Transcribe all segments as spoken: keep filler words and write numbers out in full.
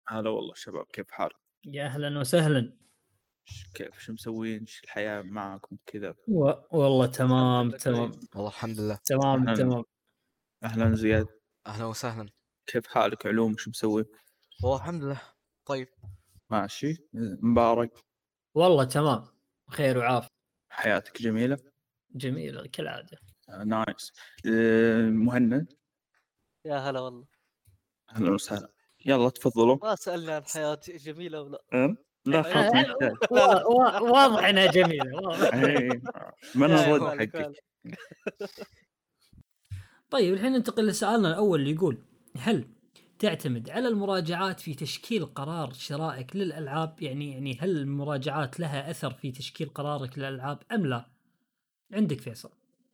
هلا والله شباب، كيف حالك؟ يا أهلا وسهلا. ش- كيف شو مسوين؟ ش الحياة معكم كذا؟ و... والله الحمد تمام لله تمام كويس. والله الحمد لله. تمام أهلا تمام. أهلا زياد، أهلا وسهلا. كيف حالك؟ علوم شو مسوي؟ والله الحمد لله. طيب. ماشي، مبارك. والله تمام، خير وعافية. حياتك جميلة؟ جميل كالعادة. آه، نايس. آه، مهند، يا هلا والله. أهلا وسهلا. يلا تفضلوا. ما سألني عن حياتي جميلة ولا أه؟ لا حياتي خلاص آه، ما جميلة. يحتاج. لا لا وا- وا- واضح انها جميلة واضح. إيه، من يا الرد مالك حقك؟ مالك. طيب الحين ننتقل لسؤالنا الأول اللي يقول: هل تعتمد على المراجعات في تشكيل قرار شرائك للألعاب؟ يعني يعني هل المراجعات لها أثر في تشكيل قرارك للألعاب أم لا؟ عندك فيصل.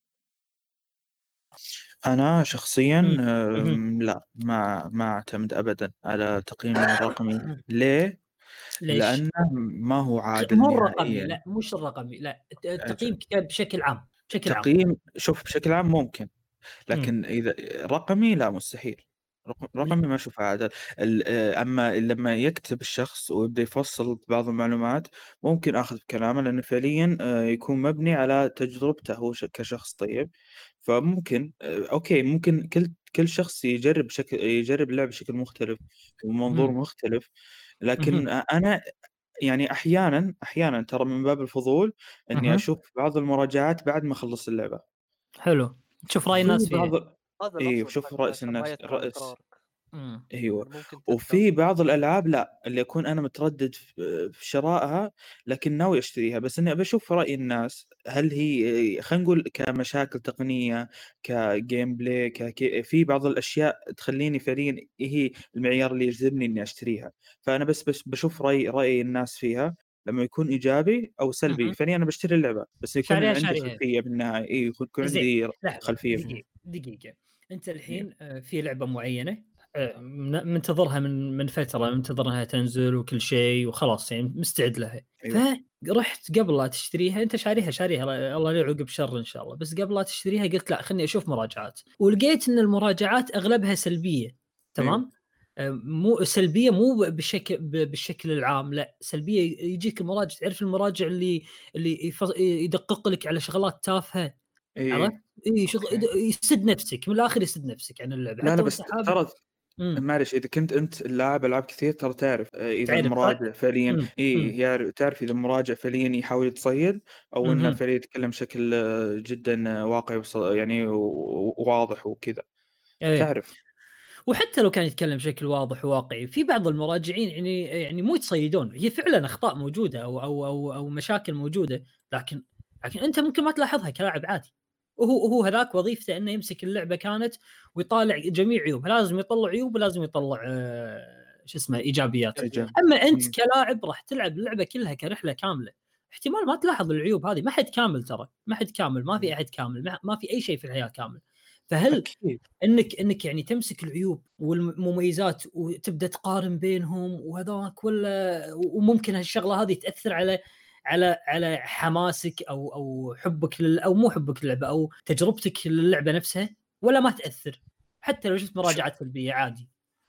أنا شخصيا مم. مهم. آم، لا، ما ما أعتمد أبدا على تقييمي الرقمي. ليه؟ ليش؟ لأنه ما هو عادل مو الرقمي، نهائيا. لا مش الرقمي، لا التقييم كتاب بشكل عام بشكل عام. التقييم شوف بشكل عام ممكن، مم. لكن اذا رقمي لا، مستحيل. رق- رقمي ما اشوفه عادل. ال- آه، اما لما يكتب الشخص ويبدا يفصل بعض المعلومات ممكن اخذ بكلامه، لانه فعليا آه، يكون مبني على تجربته هو ش- كشخص طيب. فممكن آه، اوكي، ممكن كل كل شخص يجرب بشكل يجرب اللعب بشكل مختلف ومنظور مهم. مختلف. لكن مهم. آه، انا يعني احيانا احيانا ترى من باب الفضول اني مهم. اشوف بعض المراجعات بعد ما اخلص اللعبه. حلو. تشوف رأي وفي الناس فيها. بعض هذا اللي اي، أقصد شوف حتى رأس عشان ما الناس يأثر على رأس. قرارك. مم. ايوه. يعني ممكن تختار. وفي بعض الالعاب لا، اللي اكون انا متردد في في شرائها لكن ناوي اشتريها، بس اني بشوف رأي الناس هل هي خلينا نقول كمشاكل تقنية، كجيم بلاي، ك في بعض الاشياء تخليني فعليا هي المعيار اللي يجذبني اني اشتريها. فانا بس بس بشوف رأي رأي الناس فيها، لما يكون ايجابي او سلبي مهم. فعليا انا بشتري اللعبة، بس يكون شاريها عندي شاريها. خلفية بالنهاية. اي، يكون يكون زين. عندي لحظة خلفية بالنهاية. دقيقة دقيقة. أنت الحين آه، في لعبة معينة، آه، من- منتظرها من من فترة، منتظر انها تنزل وكل شيء وخلاص يعني مستعد لها. ايوه. فرحت قبل لا تشتريها، انت شاريها شاريها الله لا يعوقب شر ان شاء الله، بس قبل لا تشتريها قلت لا خلني اشوف مراجعات، ولقيت ان المراجعات اغلبها سلبية. ايوه. تمام. آه، مو سلبية، مو بشكل بالشكل العام، لا سلبية. يجيك المراجع، تعرف المراجع اللي اللي يفص- يدقق لك على شغلات تافهة. عرفت؟ اي. اي شغل اوكي. يسد نفسك من الاخر، يسد نفسك عن اللعبه لا لا، حتى وانت بس حابب. ترى امم معلش، اذا كنت انت لاعب العاب كثير ترى تعرف آه، اذا تعرف صح؟ المراجع فعليا امم اي امم يعرف، تعرف اذا المراجع فعليا يحاول يتصيد او انه امم فعليا يتكلم بشكل آه، جدا آه، واقعي وص- يعني و- وواضح وكذا. ايه. تعرف. وحتى لو كان يتكلم بشكل واضح وواقعي، في بعض المراجعين يعني يعني مو يتصيدون، هي فعلا اخطاء موجوده او او او, أو مشاكل موجوده، لكن لكن انت ممكن ما تلاحظها كلاعب عادي. وهو هو هذاك وظيفته انه يمسك اللعبه كانت ويطالع جميع عيوبها، لازم يطلع عيوب ولازم يطلع آه، شو اسمه ايجابيات. اجل. اما انت مم. كلاعب راح تلعب اللعبه كلها كرحله كامله، احتمال ما تلاحظ العيوب هذه. ما حد كامل ترى، ما حد كامل، ما في مم. احد كامل، ما ما في اي شيء في الحياه كامل. فهل اكيد. انك انك يعني تمسك العيوب والمميزات وتبدا تقارن بينهم وهذاك، ولا وممكن هالشغله هذه تاثر على على على حماسك او او حبك لل او مو حبك للعبه او تجربتك للعبه نفسها، ولا ما تاثر حتى لو شفت ش- مراجعات سلبيه عادي؟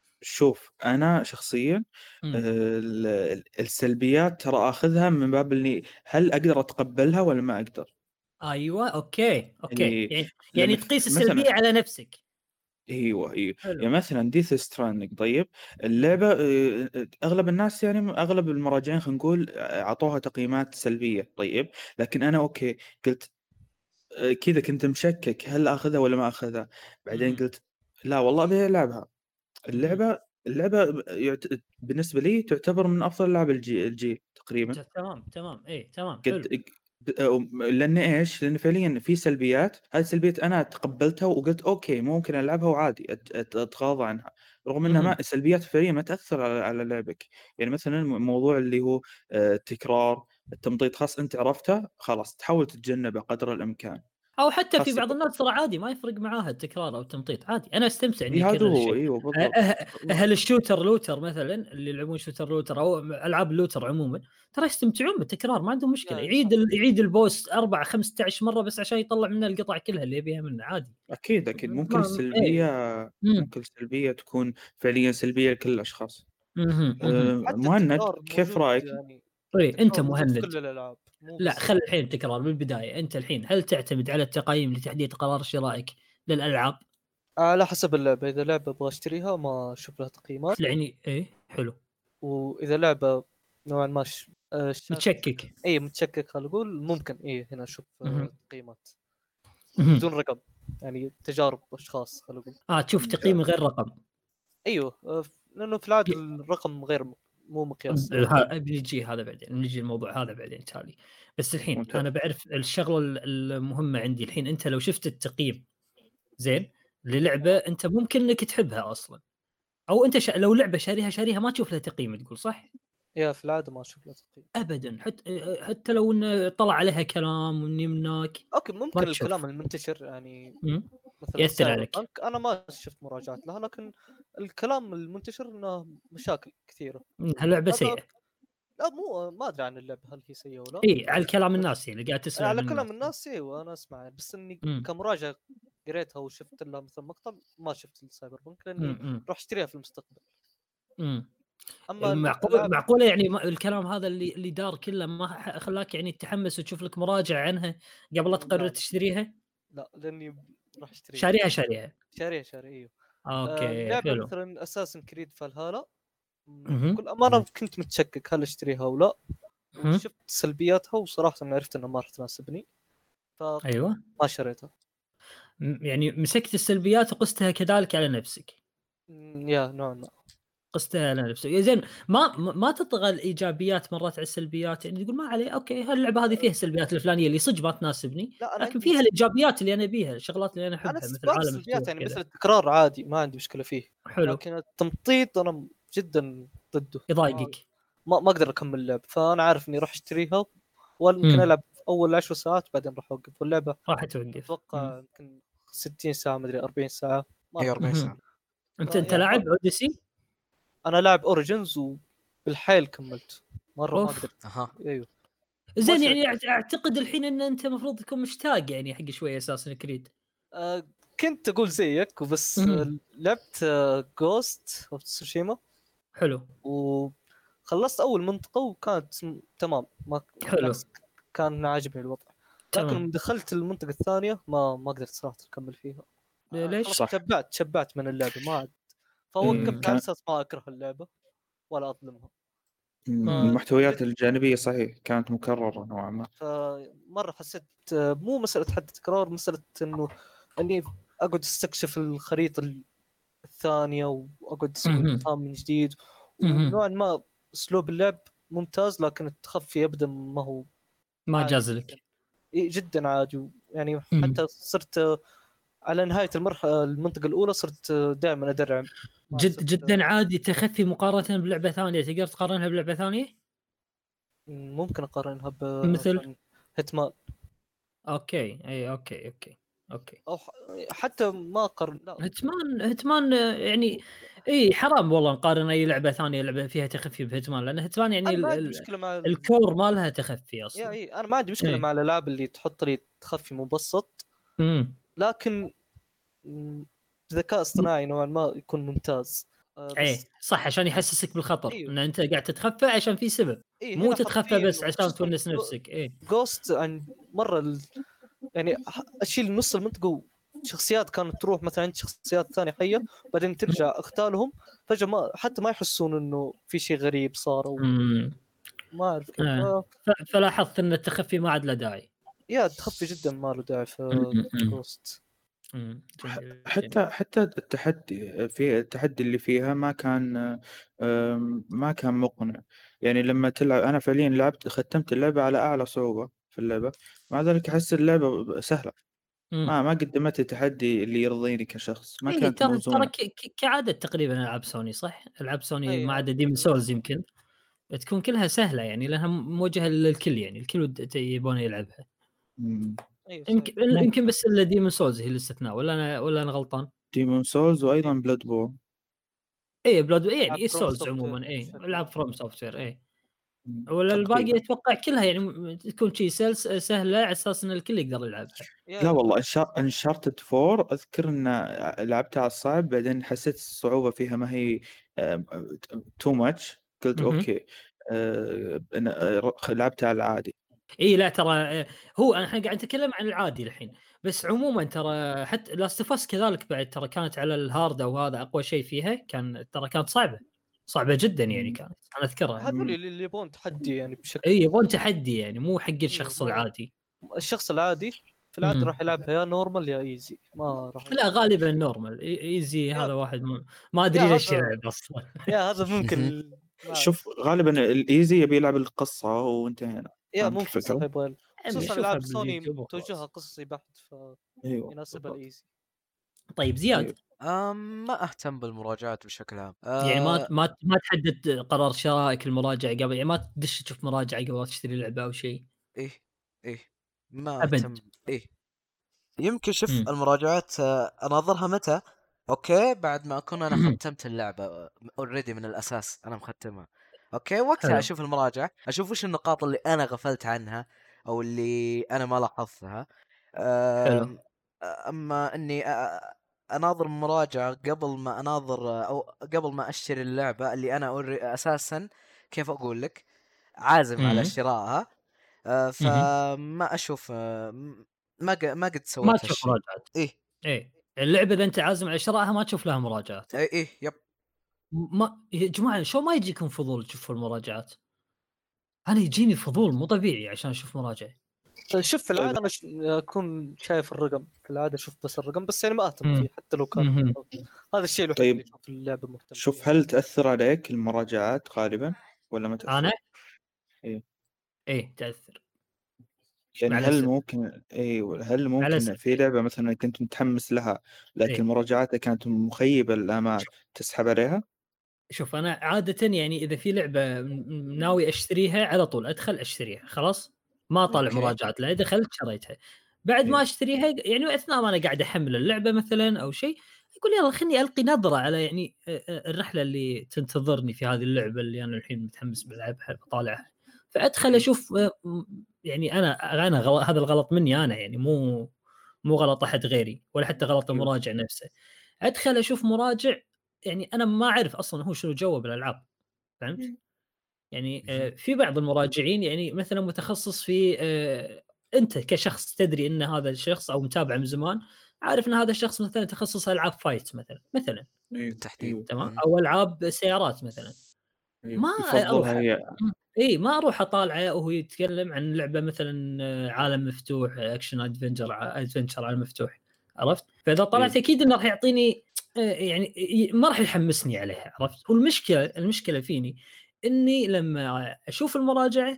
شوف انا شخصيا امم آه، ال- السلبيات ترى اخذها من باب اني هل اقدر اتقبلها ولا ما اقدر. ايوه اوكي اوكي، يعني يعني يعني لان ف- تقيس السلبيه مثلا على نفسك. ايوه ايوه. حلو. يعني مثلا ديث ستراندنج طيب، اللعبه آه، آه، اغلب الناس يعني اغلب المراجعين خلينا نقول آه، اعطوها تقييمات سلبيه طيب. لكن انا اوكي قلت آه، كذا كنت مشكك هل اخذها ولا ما اخذها. بعدين مهم. قلت لا والله ابي العبها. مهم. اللعبه اللعبه يعت... بالنسبه لي تعتبر من افضل العاب الجيل, الجيل تقريبا. تمام تمام ايه تمام حلو. قد لان ايش؟ لان فعليا في سلبيات، هذه السلبيات انا تقبلتها وقلت اوكي ممكن العبها وعادي أت- أت- اتغاضى عنها، رغم انها ما مهم. السلبيات فعليا ما تاثر على على لعبك. يعني مثلا الموضوع اللي هو آه، التكرار، التمطيط، خاص انت عرفته خلاص تحاول تتجنبه قدر الامكان. او حتى في خاصه بعض الناس ترى عادي ما يفرق معاها التكرار او التمطيط، عادي انا استمتع اني اي هذا اكرر هو، الشيء. ايوه أه- بالضبط. أه- اهل الشوتر لوتر مثلا اللي يلعبون شوتر لوتر او العاب اللوتر عموما، ترى يستمتعون بالتكرار، ما عندهم مشكله، يا يعيد صح. ال- يعيد البوست أربعة خمسة عشر مره بس عشان يطلع منه القطع كلها اللي يبيها منه عادي. اكيد اكيد، ممكن ما ايه. السلبيه امم ممكن السلبيه تكون فعليا سلبيه لكل الاشخاص. اها أه حتى مهند التكرار كيف موجود رايك؟ يعني طيب انت التكرار موجود في مهند، كل الالعاب مو لا بس خل الحين تكرار من البدايه. انت الحين هل تعتمد على التقييم لتحديد قرار شرائك للالعاب؟ على حسب اللعبه. اذا لعبه ابغى اشتريها ما اشوف لها تقييمات، يعني ايه حلو واذا لعبه نوعا ما ش... آه، شاك... متشكك. اي متشكك خلينا نقول ممكن ايه هنا اشوف آه، مهم. تقييمات مهم. بدون رقم، يعني تجارب اشخاص خلينا نقول. اه تشوف تقييم غير رقم. ايوه آه، لانه في العاده الرقم غير م- مو مقياس. ه- بنجي هذا بعدين، بنجي الموضوع هذا بعدين تالي. بس الحين ممتاز. انا بعرف الشغله ال- المهمه عندي الحين. انت لو شفت التقييم زين للعبه انت ممكن انك تحبها اصلا، او انت ش... لو لعبه شاريها شاريها ما تشوف لها تقييم تقول صح؟ يا في العاده ما اشوف له تقييم ابدا، حتى حتى لو انه طلع عليها كلام واني مناك اوكي. ما ممكن تشوف. الكلام المنتشر يعني مم. مثلا يأثر سايبر عليك. بانك انا ما شفت مراجعات لها، لكن الكلام المنتشر انه مشاكل كثيره. انها لعبه هذا سيئه. لا مو ما ادري عن اللعبه هل هي سيئه ولا اي على الكلام بس الناس اللي قاعد تسمع على من كلام الناس. الناس ايوه انا اسمع، بس اني مم. كمراجعه قريتها وشفت لها مثلا مقطع ما شفت السايبر بانك لاني مم. راح اشتريها في المستقبل. مم. اما معقول الالعاب معقوله يعني ما الكلام هذا اللي اللي دار كله ما ح- خلاك يعني تتحمس وتشوف لك مراجع عنها قبل لا تقرر لا تشتريها؟ لا لاني راح اشتريها شاريها شاريها. شاريه شاريه ايوه. آه، اوكي اللعبه حلو. مثلا اساسن كريد فالهالا مهم. بكل امانه كنت متشكك هل اشتريها او لا، مهم. وشفت سلبياتها وصراحه عرفت انها ما راح تناسبني فما ايوه شريتها. م- يعني مسكت السلبيات وقستها كذلك على نفسك. م، يا نوعا ما قستها على نفسك يا زين. ما ما ما تطغى الايجابيات مرات على السلبيات، يعني تقول ما عليه اوكي هاللعبه هذه فيها السلبيات الفلانيه اللي صدق ما تناسبني، لا انا لكن عندي فيها الايجابيات اللي انا ابيها، الشغلات اللي انا انا احبها مثل بعض عالم السلبيات مفتوح يعني كذا. مثل التكرار عادي ما عندي مشكله فيه، حلو. لكن التمطيط انا جدا ضده. ما يضايقك. ما ما اقدر اكمل اللعب، فانا عارف اني راح اشتريها ويمكن مم. العب اول عشر ساعات بعدين راح اوقف. واللعبه راح توقف. اتوقع يمكن ستين ساعه مدري أربعين ساعه ما هي راح. أربعين مهم. ساعة. انت فيا انت ما- لاعب اوديسي؟ انا لاعب اوريجنز وبالحيل كملت مره ما اوف قدرت. اها ايوه زين. مباشرة. يعني أعت- اعتقد الحين ان انت المفروض تكون مشتاق يعني حق شويه اساسا كريد. آه كنت اقول زيك وبس. آه لعبت آه جوست اوف تسوشيما حلو وخلصت اول منطقه وكانت م- تمام. ما حلو بالعكس كان عاجبني الوضع، لكن تمام. لما دخلت المنطقه الثانيه ما ما قدرت صراحه اكمل فيها. آه ليش؟ خلاص صح. تشبعت تشبعت من اللعبه ما عاد، مم، فوقفت على كان اساس ما اكره اللعبه ولا اظلمها. مم، ف- المحتويات الجانبية صحيح كانت مكررة نوعا ما. فمره حسيت آه، مو مساله حتى تكرار، مساله انه اني اقعد استكشف الخريطه الثانيه واقعد اسوي مهم. مهام من جديد. مهم. ونوعا ما اسلوب اللعب ممتاز لكن التخفي ابدا ما هو ما عادي جاز جداً. لك. إيه جدا عادي يعني. مم. حتى صرت على نهايه المرحله المنطقه الاولى صرت دائما ادرع. ما جد صرت جدا عادي تخفي مقارنه بلعبه ثانيه. تقدر تقارنها بلعبه ثانيه ممكن اقارنها ب مثل؟ هيتمان اوكي اي اوكي اوكي اوكي. او ح- حتى ما اقارن لا. هتمان هتمان آه، يعني اي حرام والله نقارن اي لعبه ثانيه لعبه فيها تخفي بهتمان، لان هتمان يعني انا ما ال عندي ال مشكله مع ال... الكور ما لها تخفي يا اصلا. اي انا ما عندي مشكله إيه. مع الالعاب اللي تحط لي تخفي مبسط، امم لكن م، ذكاء اصطناعي نوعا ما يكون ممتاز. آه، ايه بس صح، عشان يحسسك بالخطر ايوه ان انت قاعد تتخفى عشان في سبب، ايه مو هنا تتخفى حرفيا بس عشان وخصوصا تونس نفسك. ايه جوست عن مره ال... يعني ح- اشيل نص المنطقه شخصيات كانت تروح مثلا عند شخصيات ثانيه حيه بعدين ترجع اختالهم فجاه ما حتى ما يحسون انه في شيء غريب صار او امم ما اعرف كيف. آه. ف... ف- فلاحظت ان التخفي ما عاد له داعي. يا تخفي جدا ما له داعي في أمم. جوست. أمم. ح- جميل جميل. حتى حتى التحدي في التحدي اللي فيها ما كان آم، ما كان مقنع. يعني لما تلعب أنا فعليا لعبت ختمت اللعبة على أعلى صعوبة في اللعبة، مع ذلك أحس اللعبة سهلة. أمم. ما ما قدمت التحدي اللي يرضيني كشخص، ما ايه كانت ترى ترى موزونة. ك- ك- كعاده تقريبا العاب سوني صح، العاب سوني اي ما عدا ديمن سولز يمكن تكون كلها سهله يعني لانها موجهه للكل، يعني الكل ود- يبون يلعبها. مم. ايوه يمكن صحيح. يمكن بس الا ديمن سولز هي الاستثناء، ولا انا ولا انا غلطان؟ ديمون سولز وأيضا بلاد بورن. اي بلاد يعني ألعاب اي فروم سولز سوفت وير عموما اي بشكل العاب عام. فروم سوفت وير اي ولا الباقي تقريبا. اتوقع كلها يعني م- تكون شيء سلس سهله على اساس ان الكل يقدر يلعبها. يا لا والله انشارتد فور اذكر ان لعبتها على الصعب، بعدين حسيت الصعوبه فيها ما هي تو ماتش، قلت مهم. اوكي آه، أنا آه، لعبتها على العادي. اي لا ترى آه، هو احنا قاعد نتكلم عن العادي الحين، بس عموما ترى حتى لاست اوف اس كذلك بعد ترى كانت على الهارد، وهذا اقوى شيء فيها، كان ترى كانت صعبه صعبه جدا يعني، مم. كانت انا اذكرها. هذول اللي يبون تحدي يعني بشكل اي يبون تحدي يعني، مو حق إيه، الشخص ما- العادي. الشخص العادي في العادة مم. راح يلعبها يا نورمال يا ايزي، ما راح لا غالبا نورمال، ايزي يا- هذا واحد ما, ما يا ادري ليش هذا يلعب اصلا. يا هذا ممكن ما شوف غالبا الايزي يبي يلعب القصه وانتهينا. يا فهمت ممكن صح الفكره؟ يبغى عمي خصوصا شوفها العاب سوني باليوتيوب وخلاص. توجهها قصصي بحت ايوه فيناسبها الايزي. طيب زياد، أيوة. أم ما اهتم بالمراجعات بشكل عام. يعني ما أه ما ما تحدد قرار شرائك المراجعه قبل، يعني ما تدش تشوف مراجعه قبل لا تشتري لعبه او شيء ايه ايه ما ابد؟ اهتم. ايه يمكن شوف مم. المراجعات آه، اناظرها متى؟ اوكي بعد ما اكون انا ختمت اللعبه اوريدي من الاساس انا مختمها، اوكي وقتها حلو. اشوف المراجعه، اشوف وش النقاط اللي انا غفلت عنها او اللي انا ما لاحظتها. حلو. أم اما اني أ- اناظر مراجعه قبل ما اناظر او قبل ما اشتري اللعبه اللي انا أوري اساسا كيف اقول لك عازم على مم. شرائها، أه، مهم. فما اشوف أه، ما ق- ما قد ما سويت تشوف هالشيء. مراجعات. ايه ايه اللعبه اذا انت عازم على شرائها ما تشوف لها مراجعات. ايه ايه يب. ما يا جماعه شو ما يجيكم فضول تشوفوا المراجعات؟ انا يجيني فضول مو طبيعي عشان اشوف مراجعه. شوف في طيب العاده انا ش... اكون شايف الرقم في العاده، اشوف بس الرقم بس يعني ما اهتم مم. فيه حتى لو كان مهم. هذا الشيء الوحيد طيب اللي اشوف اللعبه مهتم شوف فيه. هل تأثر عليك المراجعات غالبا ولا ما تأثر؟ انا إيه. ايه تاثر يعني مع هل الاسف. ممكن ايوه هل مع ممكن الاسف في إيه. لعبة مثلا كنت متحمس لها لكن إيه. مراجعاتها كانت مخيبة للآمال تسحب عليها؟ شوف انا عاده يعني اذا في لعبه م- م- ناوي اشتريها على طول ادخل اشتريها خلاص، ما اطالع أوكي. مراجعات، لا دخلت شريتها. بعد ما إيه. اشتريها يعني اثناء ما انا قاعد احمل اللعبه مثلا او شيء، اقول يلا خلني القي نظره على يعني آه، آه، الرحله اللي تنتظرني في هذه اللعبه اللي انا الحين متحمس بلعبها بطالعها. فادخل اشوف آه، م- يعني انا انا غلط، هذا الغلط مني انا يعني، مو مو غلط احد غيري ولا حتى غلط أيوه. المراجع نفسه. ادخل اشوف مراجع يعني انا ما اعرف اصلا هو شنو جوه بالالعاب، فهمت؟ يعني آه، مهم. في بعض المراجعين يعني مثلا متخصص في آه، انت كشخص تدري ان هذا الشخص او متابع من زمان عارف ان هذا الشخص مثلا تخصص العاب فايت مثلا مثلا ايوه بالتحديد. ايوه تمام، مهم. او العاب سيارات مثلا، ايوه ما يفضلها اروح هي. اي ما اروح اطالعه وهو يتكلم عن لعبه مثلا آه، عالم مفتوح اكشن ادفنجر ادفنشر على المفتوح، عرفت؟ فاذا طلعت ايوه اكيد انه راح يعطيني آه، يعني ي- ما راح يحمسني عليها، عرفت؟ والمشكله المشكله فيني اني لما اشوف المراجعه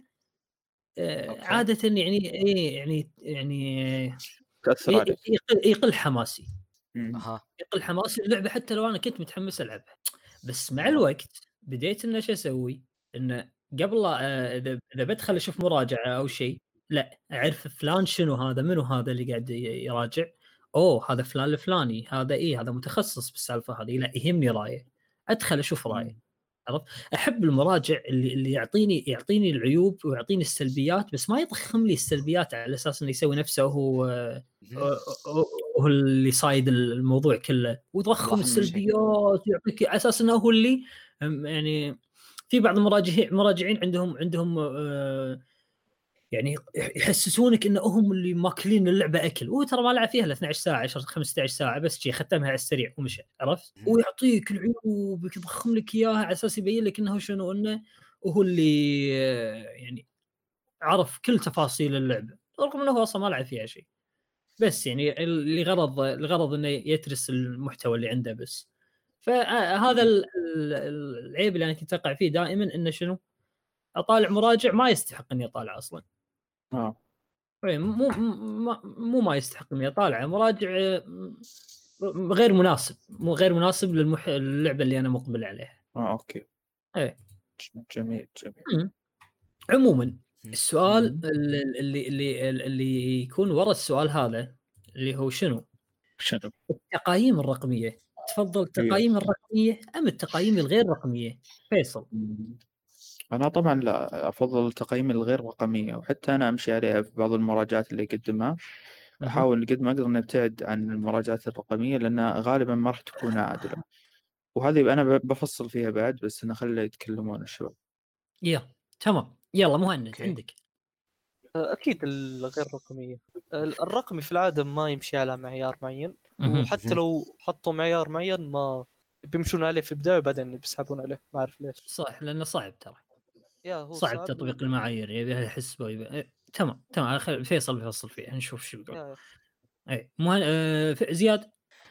آه، اوكي. عاده يعني ايه يعني يعني آه، تأثر ي- عليك. يقل, يقل حماسي، مم. اها. يقل حماسي اللعبه حتى لو انا كنت متحمس العبها. بس مع اه الوقت بديت انه شو اسوي؟ انه قبل لا آه، اذا اذا بدخل اشوف مراجعه او شيء، لا اعرف فلان شنو هذا، منو هذا اللي قاعد ي- يراجع، اوه هذا فلان الفلاني، هذا ايه هذا متخصص بالسالفه هذه، لا يهمني رايه، ادخل اشوف رايه، مم. عرفت؟ احب المراجع اللي اللي يعطيني يعطيني العيوب ويعطيني السلبيات، بس ما يضخم لي السلبيات على اساس انه يسوي نفسه هو مهم. هو اللي صايد الموضوع كله ويضخم صح. شيء. السلبيات ويعطيك على اساس انه هو اللي أم، يعني في بعض المراجعين مراجعين عندهم عندهم آه، يعني يحسسونك ان هم اللي ماكلين اللعبه اكل، وترى ما لعب فيها الا اثنتي عشرة ساعه عشرة خمسة عشر ساعه بس شي ختمها على السريع ومشى، عرفت؟ مهم. ويعطيك العيوب يضخم لك اياها على اساس يبين لك انه شنو انه وهو اللي آه، يعني عرف كل تفاصيل اللعبه رغم انه هو اصلا ما لعب فيها شيء، بس يعني لغرض لغرض انه يترس المحتوى اللي عنده بس. فهذا ال- ال- العيب اللي انا كنت اقع فيه دائما انه شنو؟ اطالع مراجع ما يستحق اني اطالعه اصلا. اه إيه، مو مو مو ما يستحق اني اطالعه، مراجع آه، غير مناسب، مو غير مناسب للمح... للعبه اللي انا مقبل عليها. اه اوكي ايه. جميل جميل. مم. عموما مم. السؤال مم. اللي اللي اللي, اللي يكون ورا السؤال هذا اللي هو شنو؟ شنو؟ التقايم الرقميه، تفضل ايوه التقايم الرقميه ام التقايم الغير رقميه؟ فيصل. مم. أنا طبعا لا أفضل التقييم الغير رقمية، وحتى أنا أمشي عليها في بعض المراجعات اللي أقدمها. مهم. أحاول قد ما أقدر إني أبتعد عن المراجعات الرقمية، لأنها غالبا ما راح تكون عادلة، وهذه أنا ب- بفصل فيها بعد، بس إنه خلي يتكلمون الشباب. يلا تمام، يلا مهند أوكي. عندك. اكيد الغير رقميه. ال- الرقمي في العاده ما يمشي على معيار معين، مهم. وحتى مهم. لو حطوا معيار معين ما بيمشون عليه في البدايه وبعدين بيسحبون عليه، ما اعرف ليش. صح، لانه صعب ترى، يا هو صعب صعب تطبيق و... المعايير، يبيها حسبه يبي... إيه، تمام تمام، خل... فيصل بيفصل فيه، نشوف شو بيقول. يا اي مهن... آه... ف- زياد.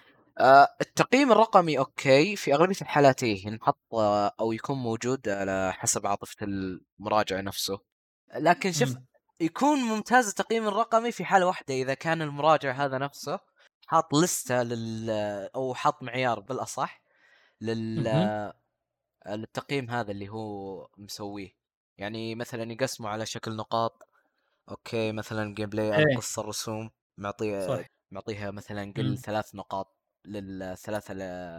آه التقييم الرقمي اوكي في اغلبيه الحالات ايه ينحط آه، او يكون موجود على حسب عاطفه المراجع نفسه، لكن شوف مم. يكون ممتاز التقييم الرقمي في حاله واحده اذا كان المراجع هذا نفسه حاط لسته لل او حاط معيار بالاصح لل مهم. التقييم هذا اللي هو مسويه. يعني مثلا يقسمه على شكل نقاط، اوكي مثلا جيم بلاي، ايه القصه، الرسوم، معطيه صح. معطيها مثلا قل مم. ثلاث نقاط للثلاثه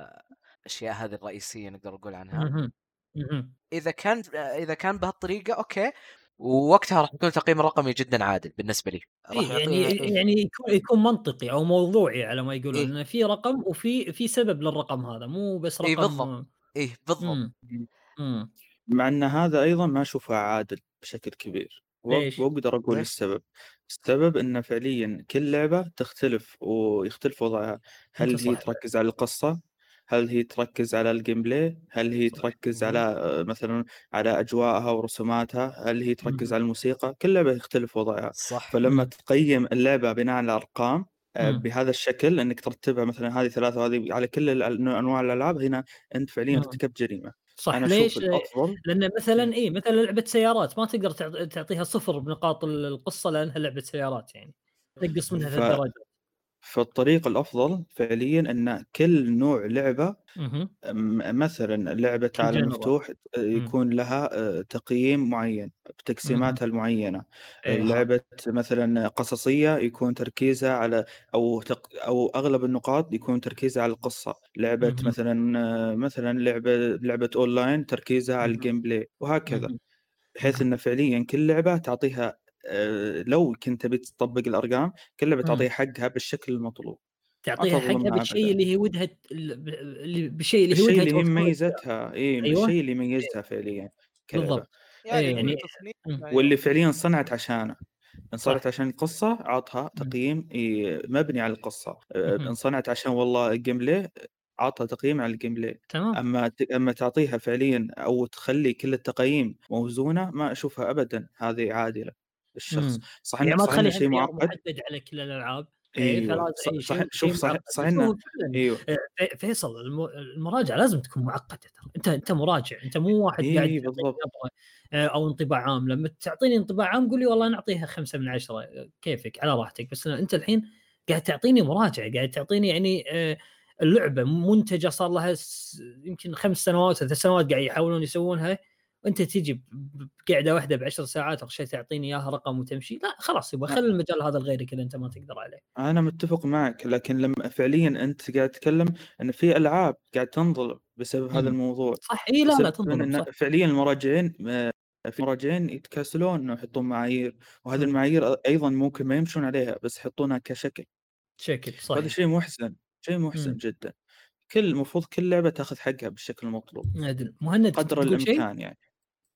الاشياء هذه الرئيسيه نقدر نقول عنها. مهم. مهم. اذا كان اذا كان بهالطريقه اوكي، ووقتها راح يكون التقييم الرقمي جدا عادل بالنسبه لي، راح اي يعني يعطيه إيه. يعني يكون يكون منطقي او موضوعي على ما يقولون، ايه انه في رقم وفي في سبب للرقم هذا، مو بس ايه رقم. بالضبط، ايه بالضبط. امم امم مع أن هذا أيضا ما أشوفه عادل بشكل كبير، وأق- ليش؟ وأقدر أقول ليش؟ السبب. السبب أن فعليا كل لعبة تختلف ويختلف وضعها. انت هل هي صح. تركز على القصة؟ هل هي تركز على الجيم بلاي؟ هل هي صح. تركز على مهم. آه، مثلا على أجواءها ورسوماتها؟ هل هي تركز مهم. على الموسيقى؟ كل لعبة يختلف وضعها. صح. فلما مم. تقيم اللعبة بناء على الأرقام آه، مم. بهذا الشكل، انك ترتبها مثلا هذه ثلاثة وهذه على كل ال- انواع الالعاب، هنا انت فعليا مم. ارتكبت جريمة. صح. انا اشوف ليش؟ الافضل. لان مثلا إيه. اي مثلا لعبه سيارات ما تقدر تعط- تعطيها صفر بنقاط ال- القصه لانها لعبه سيارات، يعني تنقص منها ف... ثلاث درجات. فالطريق الافضل فعليا ان كل نوع لعبة، اها. م- مثلا لعبة كل عالم جنرا. مفتوح آه، امم يكون لها آه، تقييم معين امم بتقسيماتها المعينة. آه، ايه. اها. لعبة مثلا قصصية يكون تركيزها على أو تق... أو أغلب النقاط يكون تركيزها على القصة. لعبة مهم. مثلا آه، مثلا لعبة لعبة أونلاين تركيزها على مهم. الجيم بلاي، وهكذا. مهم. بحيث مهم. أن فعليا كل لعبة تعطيها آه، لو كنت تبي تطبق الأرقام، كل لعبة مم. تعطيها حقها بالشكل المطلوب، ما تعطيها حقها تظلمها بالشيء أبدا. اللي هي ودها ت- اللي بالشيء اللي هي بالشيء ودها اللي هي توفره لك إياه. ميزتها، اي ايوه. الشيء اللي إيه. يميزها فعليا كلعبة، بالضبط. يعني ايه كل يعني. تصنيف مم. معيار. واللي فعليا صنعت عشانه. ان صنعت صح. عشان القصة عطها مم. تقييم إيه، مبني على القصة. أه، مهم. ان صنعت عشان والله الجيم بلاي، عطها تقييم على الجيم بلاي. تمام. اما ت- اما تعطيها فعليا او تخلي كل التقييم موزونة، ما اشوفها ابدا هذه عادلة الشخص. امم صح يعني انه ما صح انه تخليها شيء معيار معقد. محدد على كل الالعاب. اي ايوه فلازم صح, اي صح شيء شوف شيء صح معقد، صح بس هو انه فعلا ايوه. آه، في- فيصل الم- المراجعه لازم تكون معقده ترى. انت انت مراجع، انت مو واحد قاعد اي تعطيني بالضبط. نبره آه، او انطباع عام. لما تعطيني انطباع عام قول لي والله نعطيها خمسة من عشرة، آه، كيفك على راحتك. بس انت الحين قاعد تعطيني مراجع، قاعد تعطيني يعني آه، اللعبه منتجه صار لها س- يمكن خمس سنوات ثلاث سنوات قاعد يحاولون يسوونها، وانت تيجي ب- بقعده واحده بعشر ساعات رشيت تعطيني اياها رقم وتمشي. لا خلاص، يبغى خلي المجال هذا لغيرك اذا انت ما تقدر عليه. أنا متفق معك، لكن لما فعليا أنت قاعد تتكلم أن في ألعاب قاعد تنظلم بسبب هذا امم الموضوع. صح. اي لا لا بسبب تنظلم أن صح. فعليا المراجعين آه، في مراجعين يتكاسلون إنه يحطون معايير، وهذه امم المعايير أيضا ممكن ما يمشون عليها بس يحطونها كشكل. شكل وهذا صحيح. شيء محسن، شيء محسن امم جدا. كل المفروض كل لعبة تاخذ حقها بالشكل المطلوب عدل. مهند كنت قدر بتقول شيء؟ الإمكان يعني.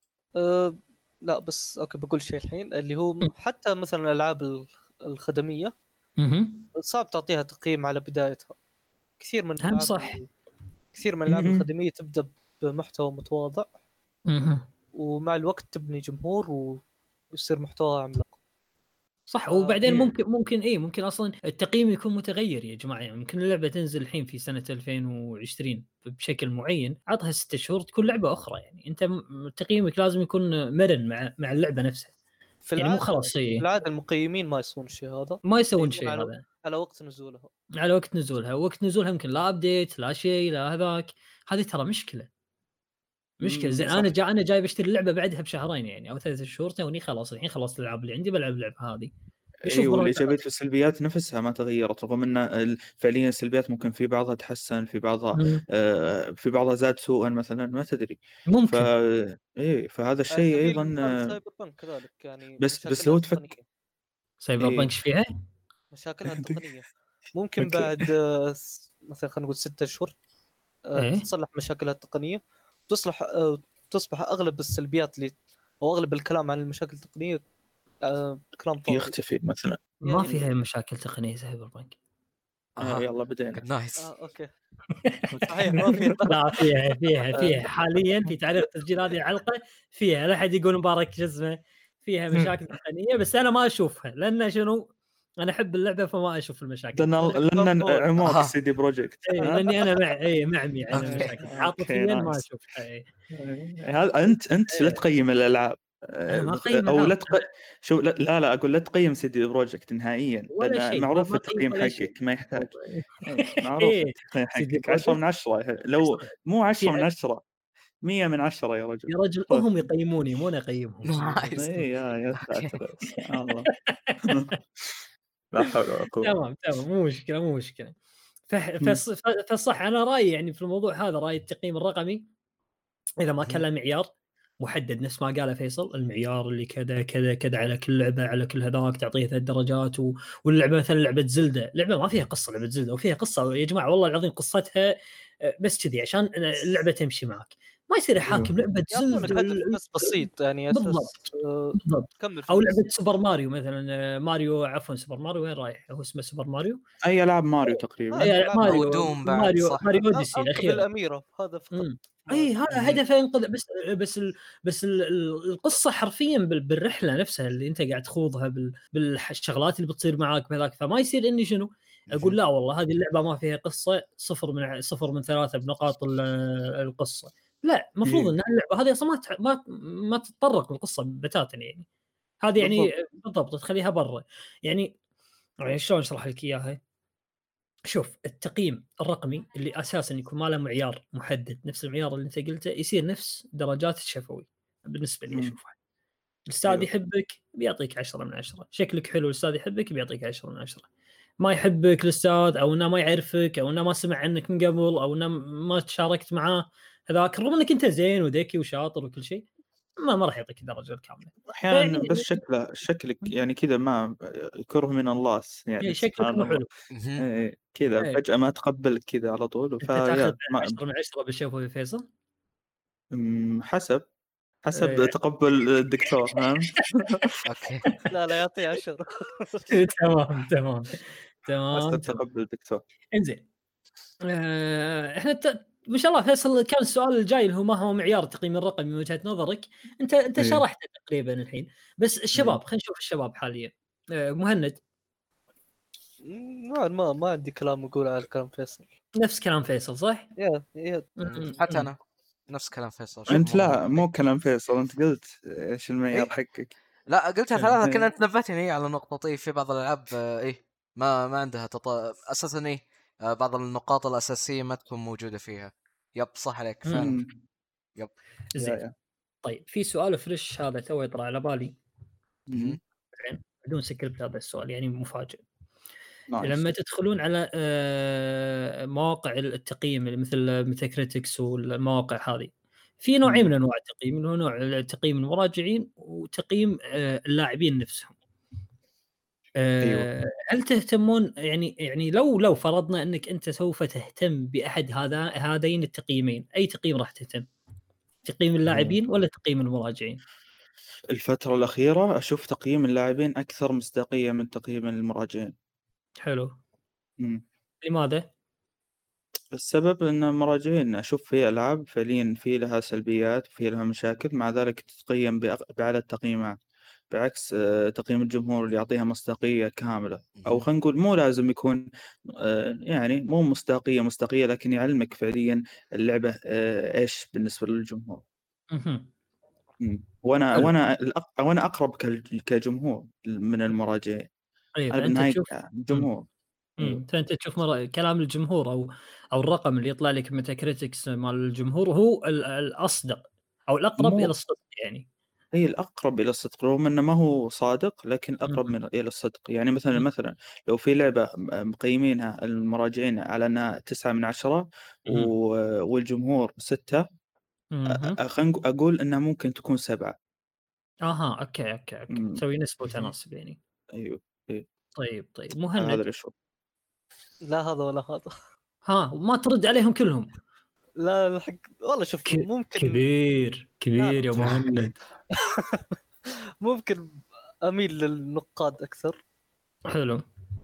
أه لا بس اوكي بقول شيء الحين اللي هو حتى مثلا الالعاب ال- الخدميه اها. صعب تعطيها تقييم على بدايتها. كثير من هم الالعاب صح. ال- كثير من الالعاب م-م. الخدميه تبدا بمحتوى متواضع، اها. ومع الوقت تبني جمهور ويصير محتوى عملاق. صح. آه، وبعدين إيه. ممكن ممكن ايه ممكن اصلا التقييم يكون متغير يا جماعه. يعني ممكن اللعبه تنزل الحين في سنه ألفين وعشرين بشكل معين، عطها ستة شهور تكون لعبه اخرى. يعني انت م- تقييمك لازم يكون مرن مع مع اللعبه نفسها. في يعني مو العاده خلاص في ايه العاده المقيمين ما يسوون الشيء هذا، ما يسوون يقيمون شيء على هذا. على وقت نزولها. على وقت نزولها، وقت نزولها يمكن لا ابديت لا شيء لا هذاك. هذه ترى مشكله. مشكله. م، زين صح. انا جا انا جاي بشتري اللعبه بعدها بشهرين يعني او ثلاث شهور، توني خلاص الحين خلصت الالعاب اللي عندي بلعب اللعبه هذه. يشوف ايوه برا والايجابيات والسلبيات نفسها ما تغيرت، رغم ان ال- فعليا السلبيات ممكن في بعضها تحسن، في بعضها مم. آه، في بعضها زاد سوءا مثلا، ما تدري. ف ممكن ايه فهذا على الشيء سبيل ايضا المثال آه، سايبر بانك كذلك، يعني بس بس مشاكلها لو التقنيه تفك سايبر ايه بانك فيها مشاكلها التقنيه ممكن اوكي بعد آه، س- مثلا خلينا نقول ستة اشهر آه، ايه تتصلح مشاكلها التقنيه، تصلح آه، تصبح اغلب السلبيات اللي او اغلب الكلام عن المشاكل التقنيه آه، كلام فاضي يختفي مثلا. ما يعني. فيها مشاكل تقنيه سايبر بانك. آه اها يلا بدينا. نايس. آه، اوكي صحيح ما في لا فيها فيها فيها حاليا في تعليق تسجيل هذه الحلقه فيها، لا احد يقول مبارك جزمه، فيها مشاكل تقنيه بس انا ما اشوفها لان شنو، انا احب اللعبه فما اشوف المشاكل. لان لأنك لان فانبوي. عموك اها سي دي بروجكت اي ها. لاني انا مع اي معمي عن اوكي المشاكل اوكي عاطفيا ما نايس. اشوفها. اي هذا انت انت لا إيه. تقيم الالعاب انا ما آه، اقيم او لا العاب تق... شو لا لا لا، اقول لا تقيم سي دي بروجكت نهائيا، ولا لان شيء، ما معروف ما اقيم التقييم ولا شيء. حقك ما يحتاج. إيه، معروف ايه التقييم سيدي حقك عشرة من بروجكت عشرة، لو مو في عشرة من عشرة مية من عشرة يا رجل. يا رجل طيب. هم يقيموني مو انا اقيمهم سيدي بروجكت. نايس. ايه يا يا اوكي ساتر سبحان الله. لا حول ولا قوة. تمام تمام مو مشكله مو مشكله. فح- مم. فص- ف- فصح انا رايي يعني في الموضوع هذا، راي التقييم الرقمي اذا ما كان له معيار محدد نفس ما قال فيصل، المعيار اللي كذا كذا كذا على كل لعبه على كل هذاك تعطيه ثلاث درجات و... واللعبه مثلا لعبه زلده، لعبه ما فيها قصه، لعبه زلده وفيها قصه يا جماعه والله العظيم قصتها آه، بس كذي عشان اللعبه تمشي معك، ما يصير يحاكم لعبه يعطونك زلده هدف بس بسيط يعني اساس بالضبط آه، بالضبط. كمل في او القصة. لعبه سوبر ماريو مثلا آه، ماريو عفوا سوبر ماريو وين رايح، هو اسمه سوبر ماريو اي العاب ماريو آه، تقريبا. هذه أي العاب او ماريو ماريو. دوم بعد ماريو صح. ماريو أ- اوديسي انقذ الاخيره. الاميره هذا فقط. امم ما- اي هذا مهم. هدفه ينقذ، بس بس ال بس ال ال- القصه حرفيا بال- بالرحله نفسها اللي انت قاعد تخوضها بال بالشغلات اللي بتصير معاك بهذاك، فما يصير اني شنو اقول لا والله هذه اللعبه ما فيها قصه صفر من ع- صفر من ثلاثه بنقاط ال- القصه. لا المفروض إيه. ان اللعبه هذه اصلا ما تح- ما ما تتطرق للقصه بتاتا يعني، هذه يعني بالضبط. بالضبط تخليها برا يعني. يعني شلون اشرح لك اياها؟ شوف التقييم الرقمي اللي اساسا يكون ما له معيار محدد نفس المعيار اللي انت قلته، يصير نفس درجات الشفوي بالنسبه لي مم. اشوفها. الاستاذ ايوه يحبك بيعطيك عشرة من عشرة، شكلك حلو الاستاذ يحبك بيعطيك عشرة من عشرة، ما يحبك الاستاذ او انه ما يعرفك او انه ما سمع عنك من قبل او انه ما تشاركت معاه هذاك، رغم انك انت زين وذكي وشاطر وكل شيء ما ما راح يعطيك الدرجه الكامله. احيانا فيعني بس شكله شكلك يعني كذا ما كره من الله يعني شكلك سبحان مو الله. حلو. مهم. إيه كذا إيه. فجأة ما تقبلك كذا على طول، انت تاخذ فيا ما عشرة من عشرة بالشفوي فيصل؟ أمم، حسب حسب إيه. تقبل الدكتور فهمت. اوكي لا لا يعطيه عشرة. تمام تمام حسب تمام تمام تقبل الدكتور. انزين. آه، احنا ت... ما شاء الله فيصل كان السؤال الجاي اللي هو ما هو معيار التقييم الرقمي من وجهة نظرك، انت انت إيه. شرحته تقريبا الحين، بس الشباب إيه. خلينا نشوف الشباب حاليا. آه، مهند نوعا ما ما عندي كلام اقول على كلام فيصل. نفس كلام فيصل صح؟ يا يا م- حتى م- انا نفس كلام فيصل. شوف انت مرة لا مو منطقي. كلام فيصل، انت قلت ايش المعيار إيه؟ حقك. لا قلتها شنو؟ ثلاثة لكن إيه. انت نبهتني على نقطة. إيه في بعض الالعاب آه، ايه ما ما عندها تط... اساسا ايه آه، بعض النقاط الاساسية ما تكون موجودة فيها. يب صح عليك فعلا. أمم. يب يا زين. يا طيب في سؤال فريش هذا تو يطلع على بالي مهم. زين بدون سكريبت، هذا السؤال يعني مفاجئ. نايس. لما تدخلون على آه، مواقع التقييم اللي مثل ميتاكريتكس والمواقع هذه، في نوعين أمم. من انواع التقييم، اللي هو نوع تقييم المراجعين وتقييم آه، اللاعبين نفسهم. ايوه آه، هل تهتمون يعني يعني لو لو فرضنا انك انت سوف تهتم باحد هذا هذين التقييمين، اي تقييم راح تهتم؟ تقييم اللاعبين ولا تقييم المراجعين؟ الفترة الأخيرة أشوف تقييم اللاعبين أكثر مصداقية من تقييم المراجعين. حلو. أمم. لماذا؟ السبب أن المراجعين أشوف في ألعاب فعليا في لها سلبيات وفي لها مشاكل، مع ذلك تتقيم بأق- بأعلى التقييمات، بعكس آه، تقييم الجمهور اللي يعطيها مصداقية كاملة. أو مهم. خلينا نقول مو لازم يكون آه، يعني مو مصداقية مصداقية، لكن يعلمك فعليا اللعبة آه، إيش بالنسبة للجمهور. مهم. مم. وأنا حلو. وأنا الأق- وأنا أقرب كال- كجمهور من المراجعين. اي أنا فانت بالنهاية تشوف. مم. جمهور. امم فانت تشوف مرة كلام الجمهور او او الرقم اللي يطلع لك ميتا كريتكس مال الجمهور هو ال- الاصدق او الاقرب مو الى الصدق يعني. هي الأقرب إلى الصدق، رغم إنه ما هو صادق لكن أقرب مهم. من إلى الصدق. يعني مثلا مهم. مثلا لو في لعبة م- مقيمينها المراجعين على أنها تسعة من عشرة مهم. و- والجمهور ستة، مهم. خلينا أقول إنها ممكن تكون سبعة. اها اوكي اوكي اوكي أمم، تسوي نسبة مهم. وتناسب يعني. أيوه أيوه. طيب طيب هذا مهند، اللي أشوف. لا هذا ولا هذا. ها ما ترد عليهم كلهم؟ لا الحق والله شوف ك... ممكن. كبير كبير لا يا مهند. ممكن اميل للنقاد اكثر. حلو.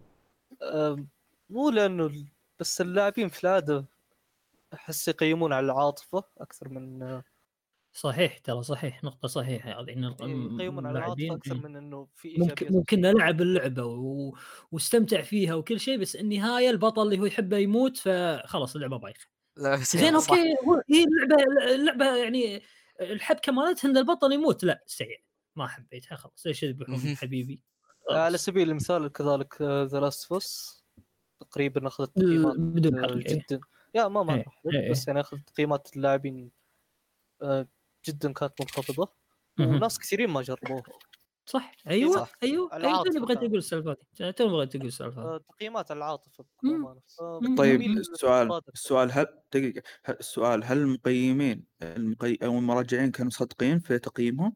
أم، مو لانه ال- بس اللاعبين في العاده احس يقيمون على العاطفه اكثر من صحيح ترى صحيح، نقطة صحيحة هذه ان إيه، يقيمون على العاطفه اللاعبين اكثر من انه في ممكن ايجابيات ممكن وسلبيات. نلعب اللعبة و... واستمتع فيها وكل شيء، بس النهاية البطل اللي هو يحبه يموت، فخلاص اللعبة بايخة. لا بس زين صح. اوكي هو هي اللعبة اللعبة يعني الحبكة مالتها ان البطل يموت، لا سيء ما حبيتها، خلاص ليش يذبحون مهم. حبيبي؟ على خلاص سبيل المثال كذلك ذا لاست اوف تقريبا اخذت ال- تقييمات بدون آه، حرق. ايه جدا. يا ما ما ايه راح أحرق، ايه بس يعني اخذت تقييمات اللاعبين آه، جدا كانت منخفضه مهم. وناس كثيرين ما جربوها. صح ايوه صح. ايوه ايوه توني العاطفه بغيت كانت اقول السالفة هذه، توني بغيت اقول السالفة هذه. آه، تقييمات العاطفه بكل مم. امانه. آه، مم. طيب اميل مم. السؤال للنقاد أكثر. السؤال هل دقيقة هل- السؤال هل المقيمين المقي... أو المراجعين كانوا صادقين في تقييمهم؟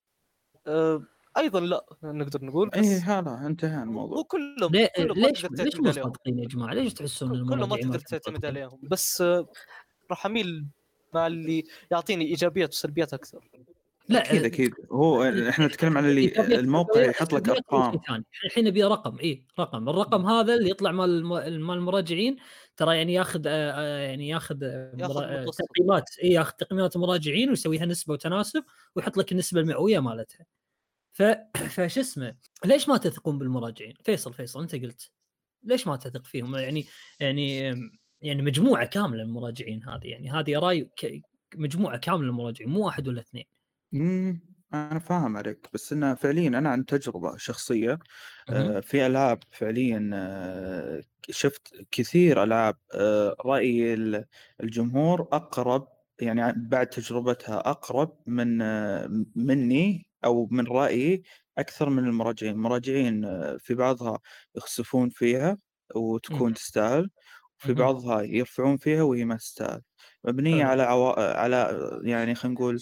آه، ايضا لا نقدر نقول، إيه بس هذا انتهى مو الموضوع. كلهم ليه كلهم ما ليش تقدر ليش تعتمد مو عليهم. صادقين يا جماعة؟ ليش تحسون ان كلهم ما المراجعين ما تقدر كانوا تعتمد صادقين؟ عليهم، بس آه، راح اميل مع اللي يعطيني ايجابيات وسلبيات اكثر. لا أكيد أكيد. هو إحنا نتكلم عن اللي ايجابيات الموقع سلبيات يحط لك سلبيات هو شيء أرقام. ثاني. الحين نبي رقم، اي رقم، الرقم هذا اللي يطلع مال الم- مال المراجعين ترى يعني ياخذ آه، آه، يعني ياخذ آه، ياخذ مرا- آه، متوسط. تقييمات، اي ياخذ تقييمات المراجعين ويسويها نسبه وتناسب ويحط لك النسبه المئويه مالتها. ف فش اسمه، ليش ما تثقون بالمراجعين؟ فيصل فيصل انت قلت ليش ما تثق فيهم؟ يعني يعني يعني مجموعه كامله من المراجعين هذه، يعني هذه راي ك- مجموعه كامله من المراجعين مو واحد ولا اثنين. امم أنا فاهم عليك، بس إنه فعليا أنا عن تجربة شخصية مهم. آه، في ألعاب فعليا آه، شفت كثير ألعاب آه، رأي ال- الجمهور أقرب، يعني بعد تجربتها أقرب من آه، مني أو من رأيي أكثر من المراجعين. المراجعين آه، في بعضها يخسفون فيها مهم. وتكون تستاهل، وفي مهم. بعضها يرفعون فيها وهي ما تستاهل، مبنية حلو. على عوا... على يعني خلينا نقول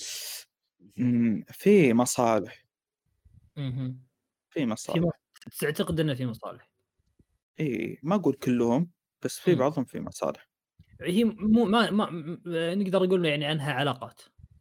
مم، في مصالح مهم. في في مصالح. م... تعتقد انه في مصالح؟ اي ما اقول كلهم، بس في مم. بعضهم في مصالح. هي مو ما, ما م- نقدر نقول يعني عنها علاقات.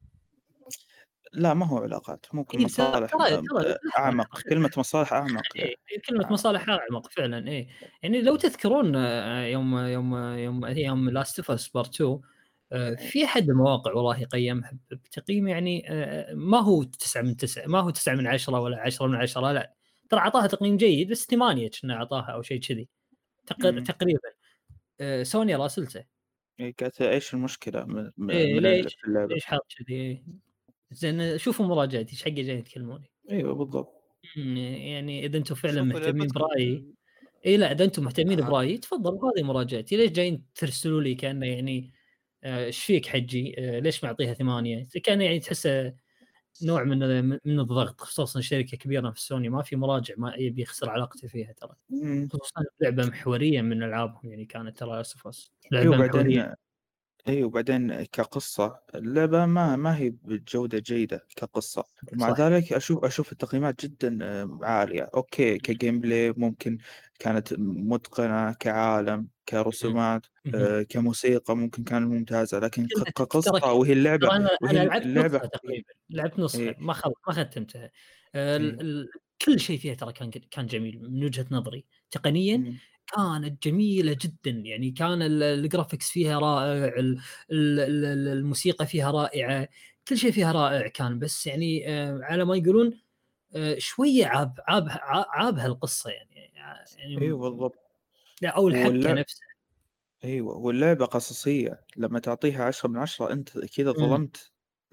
لا ما هو علاقات، ممكن اي ترى مصالح ترى م- ترى لحظة، أعمق. لحظة. كلمة مصالح أعمق إيه يا كلمة أعمق. مصالح أعمق فعلا. إيه يعني لو تذكرون آه، يوم يوم يوم يوم لاست اوف اس بارت تو، في احد المواقع والله قيمها بتقييم يعني آه، ما هو تسعة من تسعة، ما هو تسعة من عشرة ولا عشرة من عشرة، لا ترى اعطاها تقييم جيد بس ثمانية كنا اعطاها او شيء كذي تقر- مم. تقريبا. آه، سوني راسلته إيه قالت ايش المشكلة من, ايه من ال- ليش في اللعبة. ليش حاط كذي؟ زين شوفوا مراجعتي ايش حق جايين تكلموني. ايوه بالضبط. مم، يعني اذا انتم فعلا شوفوا مهتمين لعبتكم. برايي، اي لا اذا انتم مهتمين أها. برايي تفضلوا هذه مراجعتي. ليش جايين ترسلوا لي كانه يعني آه، ايش فيك حجي آه، ليش معطيها ثمانية؟ كان يعني تحسه نوع من من الضغط، خصوصا شركه كبيره في سوني ما في مراجع ما يبي يخسر علاقته فيها ترى، مم. خصوصا لعبه محوريه من العابهم يعني كانت ترى اسفاس ايوه لعبه محوريه. بعدين ايوه بعدين كقصة اللعبة ما ما هي بجودة جيدة كقصة، ومع صح. ذلك اشوف اشوف التقييمات جدا آه، عالية. اوكي كجيم بلاي ممكن كانت متقنة، كعالم كرسومات مهم. آه، كموسيقى ممكن كانت ممتازة، لكن ك- كلها ترى كقصة وهي اللعبة ترى انا وهي انا لعبت اللعبة نصها إيه تقريبا، لعبت نصها إيه ما خل... ما ختمتها. آه، ال... إيه ال... كل شيء فيها ترى كان كان جميل من وجهة نظري تقنيا، مم. كانت جميلة جدا يعني كان ال- الجرافيكس فيها رائع، ال- ال- ال- الموسيقى فيها رائعة، كل شيء فيها رائع كان، بس يعني آه، على ما يقولون آه، شوية عاب عاب عابها القصة يعني ايوه يعني بالضبط. لا او الحبكة واللعبة نفسها. ايوه واللعبة قصصية، لما تعطيها عشرة من عشرة انت كذا مم. ظلمت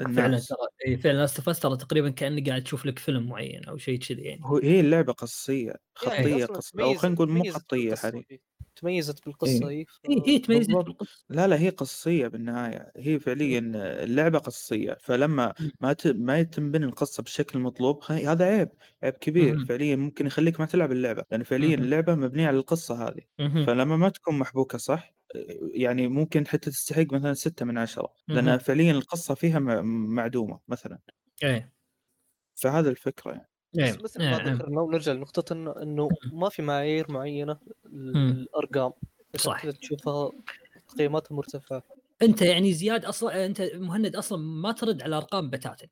فعلا الناس. ترى إيه فعلا لاست اوف اس ترى تقريبا كانك قاعد تشوف لك فيلم معين او شيء كذي يعني. هو هي اللعبة قصية يعني خطية اصلا قص أو خلينا تميزت نقول مو تميزت خطية بالقصه حاليا. هي. تميزت بالقصه إيه هي ف... هي هي تميزت بالضبط. بالقصه. لا لا هي قصية بالنهاية، هي فعليا اللعبة قصية، فلما مم. ما ت... ما يتم بني القصة بالشكل المطلوب خ- هذا عيب، عيب كبير مهم. فعليا، ممكن يخليك ما تلعب اللعبة، لأن فعليا مهم. اللعبة مبنية على القصة هذه. مهم. فلما ما تكون محبوكة صح، يعني ممكن حتى تستحق مثلا ستة من عشرة، لأن مهم. فعليا القصة فيها م... معدومة مثلا. ايه فهذا الفكرة يعني. بس ايه مثل ايه ما إيه. ذكرنا ونرجع لنقطة انه انه ما في معايير معينة لل- مم. للارقام، عشان صح. كذا تشوفها قيماتها مرتفعة. انت يعني زياد اصلا انت مهند اصلا ما ترد على ارقام بتاتا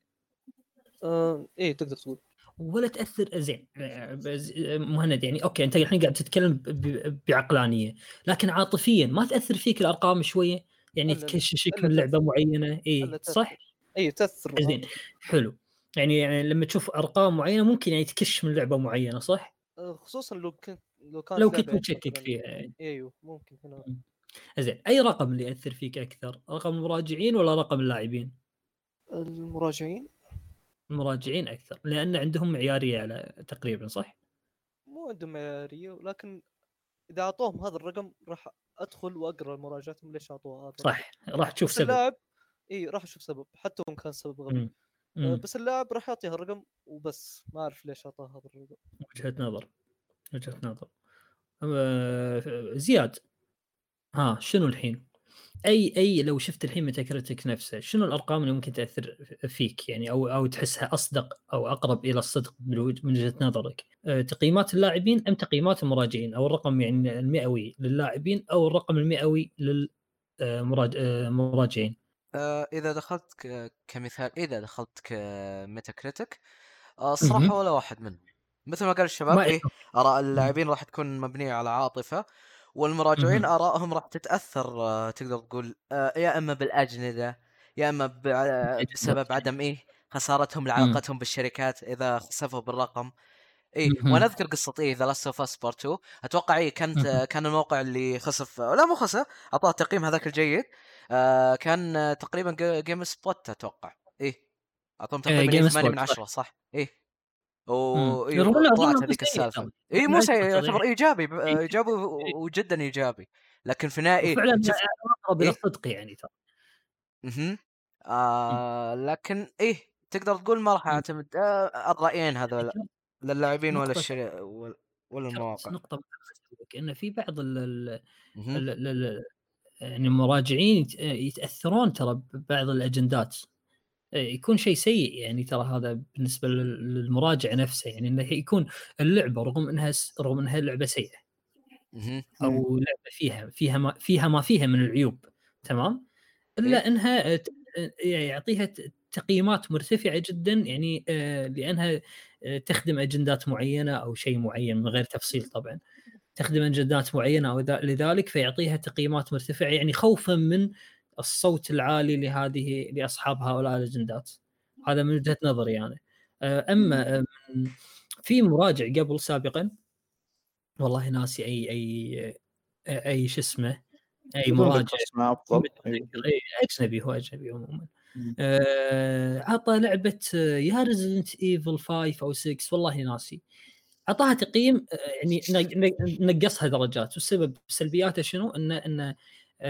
آه ايه تقدر تقول. ولا تاثر زين. آه، بز- آه، مهند يعني اوكي انت الحين قاعد تتكلم ب- ب- بعقلانيه، لكن عاطفيا ما تاثر فيك الارقام شويه يعني الا تكششك الا من لعبه تاثر معينه؟ الا اي صح. تاثر اي تاثر زين عاطفة. حلو. يعني, يعني لما تشوف ارقام معينه ممكن يعني تكش من لعبه معينه صح، آه خصوصا لو كنت لو كانت لو لعبة كنت يعني متشكك مثلا. فيها يعني. ايوه ممكن هنا. زين اي رقم اللي ياثر فيك اكثر، رقم المراجعين ولا رقم اللاعبين؟ المراجعين المراجعين اكثر لان عندهم معياريه على تقريبا صح. مو عندهم معيارية، ولكن اذا اعطوهم هذا الرقم راح ادخل واقرا مراجعتهم ليش اعطوه هذا الرقم. صح راح تشوف بس سبب. اللاعب اي راح اشوف سبب حتى وان كان سبب غبي. مم. آه، مم. بس اللاعب راح يعطي هالرقم وبس ما اعرف ليش اعطاه هذا الرقم. وجهه نظر وجهه نظر. أه، زياد ها شنو الحين اي اي لو شفت الحين ميتاكريتك نفسه شنو الارقام اللي ممكن تاثر فيك يعني او او تحسها اصدق او اقرب الى الصدق من وجهه نظرك؟ أه تقييمات اللاعبين ام تقييمات المراجعين، او الرقم يعني المئوي للاعبين او الرقم المئوي للمراجعين؟ آه اذا دخلت ك... كمثال اذا دخلت كميتا كريتك، آه الصراحه ولا واحد منهم. مثل ما قال الشباب، ما ايه اراء اللاعبين راح تكون مبنيه على عاطفه، والمراجعين ارائهم راح تتاثر، آه تقدر تقول آه يا اما بالاجنده، يا اما ب... آه، بسبب عدم ايه خسارتهم لعلاقتهم بالشركات اذا خسفوا بالرقم. ايه وانا اذكر قصه ايه ذا لاست اوف اس بارت اثنين، اتوقع ايه كانت كان الموقع اللي خسف، لا مو خسف، اعطاه تقييم هذاك الجيد، آه كان آه، تقريبا جيم سبوت اتوقع. ايه اعطاهم تقريبا ايه جيم ثمانية من سبوت عشرة صح. ايه امم وايه رغم انه طلعت رقم هذيك سيء السالفه. ترى ايه مو سيء، يعتبر ايجابي، إيه. ايجابي وجدا ايجابي، لكن في النهايه وفعلا شفت اقرب الى ايه. الصدق يعني ترى. اها آه لكن ايه تقدر تقول ما راح اعتمد آه الرايين هذول للاعبين ولا نقطة الشركه ولا ولا ذكرت المواقع. نقطة مهمة ان في بعض ال ال مهم. ال ال يعني المراجعين يت- يتاثرون ترى ببعض الاجندات، يكون شيء سيء يعني ترى هذا بالنسبة لل- للمراجع نفسه، يعني انه يكون اللعبة رغم انها س- رغم انها لعبة سيئة مهم. او لعبة فيها فيها ما فيها ما فيها من العيوب تمام، إيه؟ الا انها ت- يعطيها ت- تقييمات مرتفعه جدا يعني آه، لانها آه، تخدم اجندات معينه او شيء معين من غير تفصيل طبعا، تخدم اجندات معينه او ذا- لذلك فيعطيها تقييمات مرتفعه يعني خوفا من الصوت العالي لهذه لاصحاب هؤلاء الاجندات. هذا من وجهه نظري انا. آه، اما آه، من- في مراجع قبل سابقا والله ناسي اي اي اي شو اسمه، اي بدون مراجع ذكر اسمه افضل. ايوه. أي اجنبي، هو اجنبي عموما. مم. آه، عطى لعبه آه، يا ريزدنت ايفل خمسة او ستة والله ناسي، اعطاها تقييم آه، يعني نق- نق- نقصها درجات، والسبب سلبياته شنو؟ انه انه آه،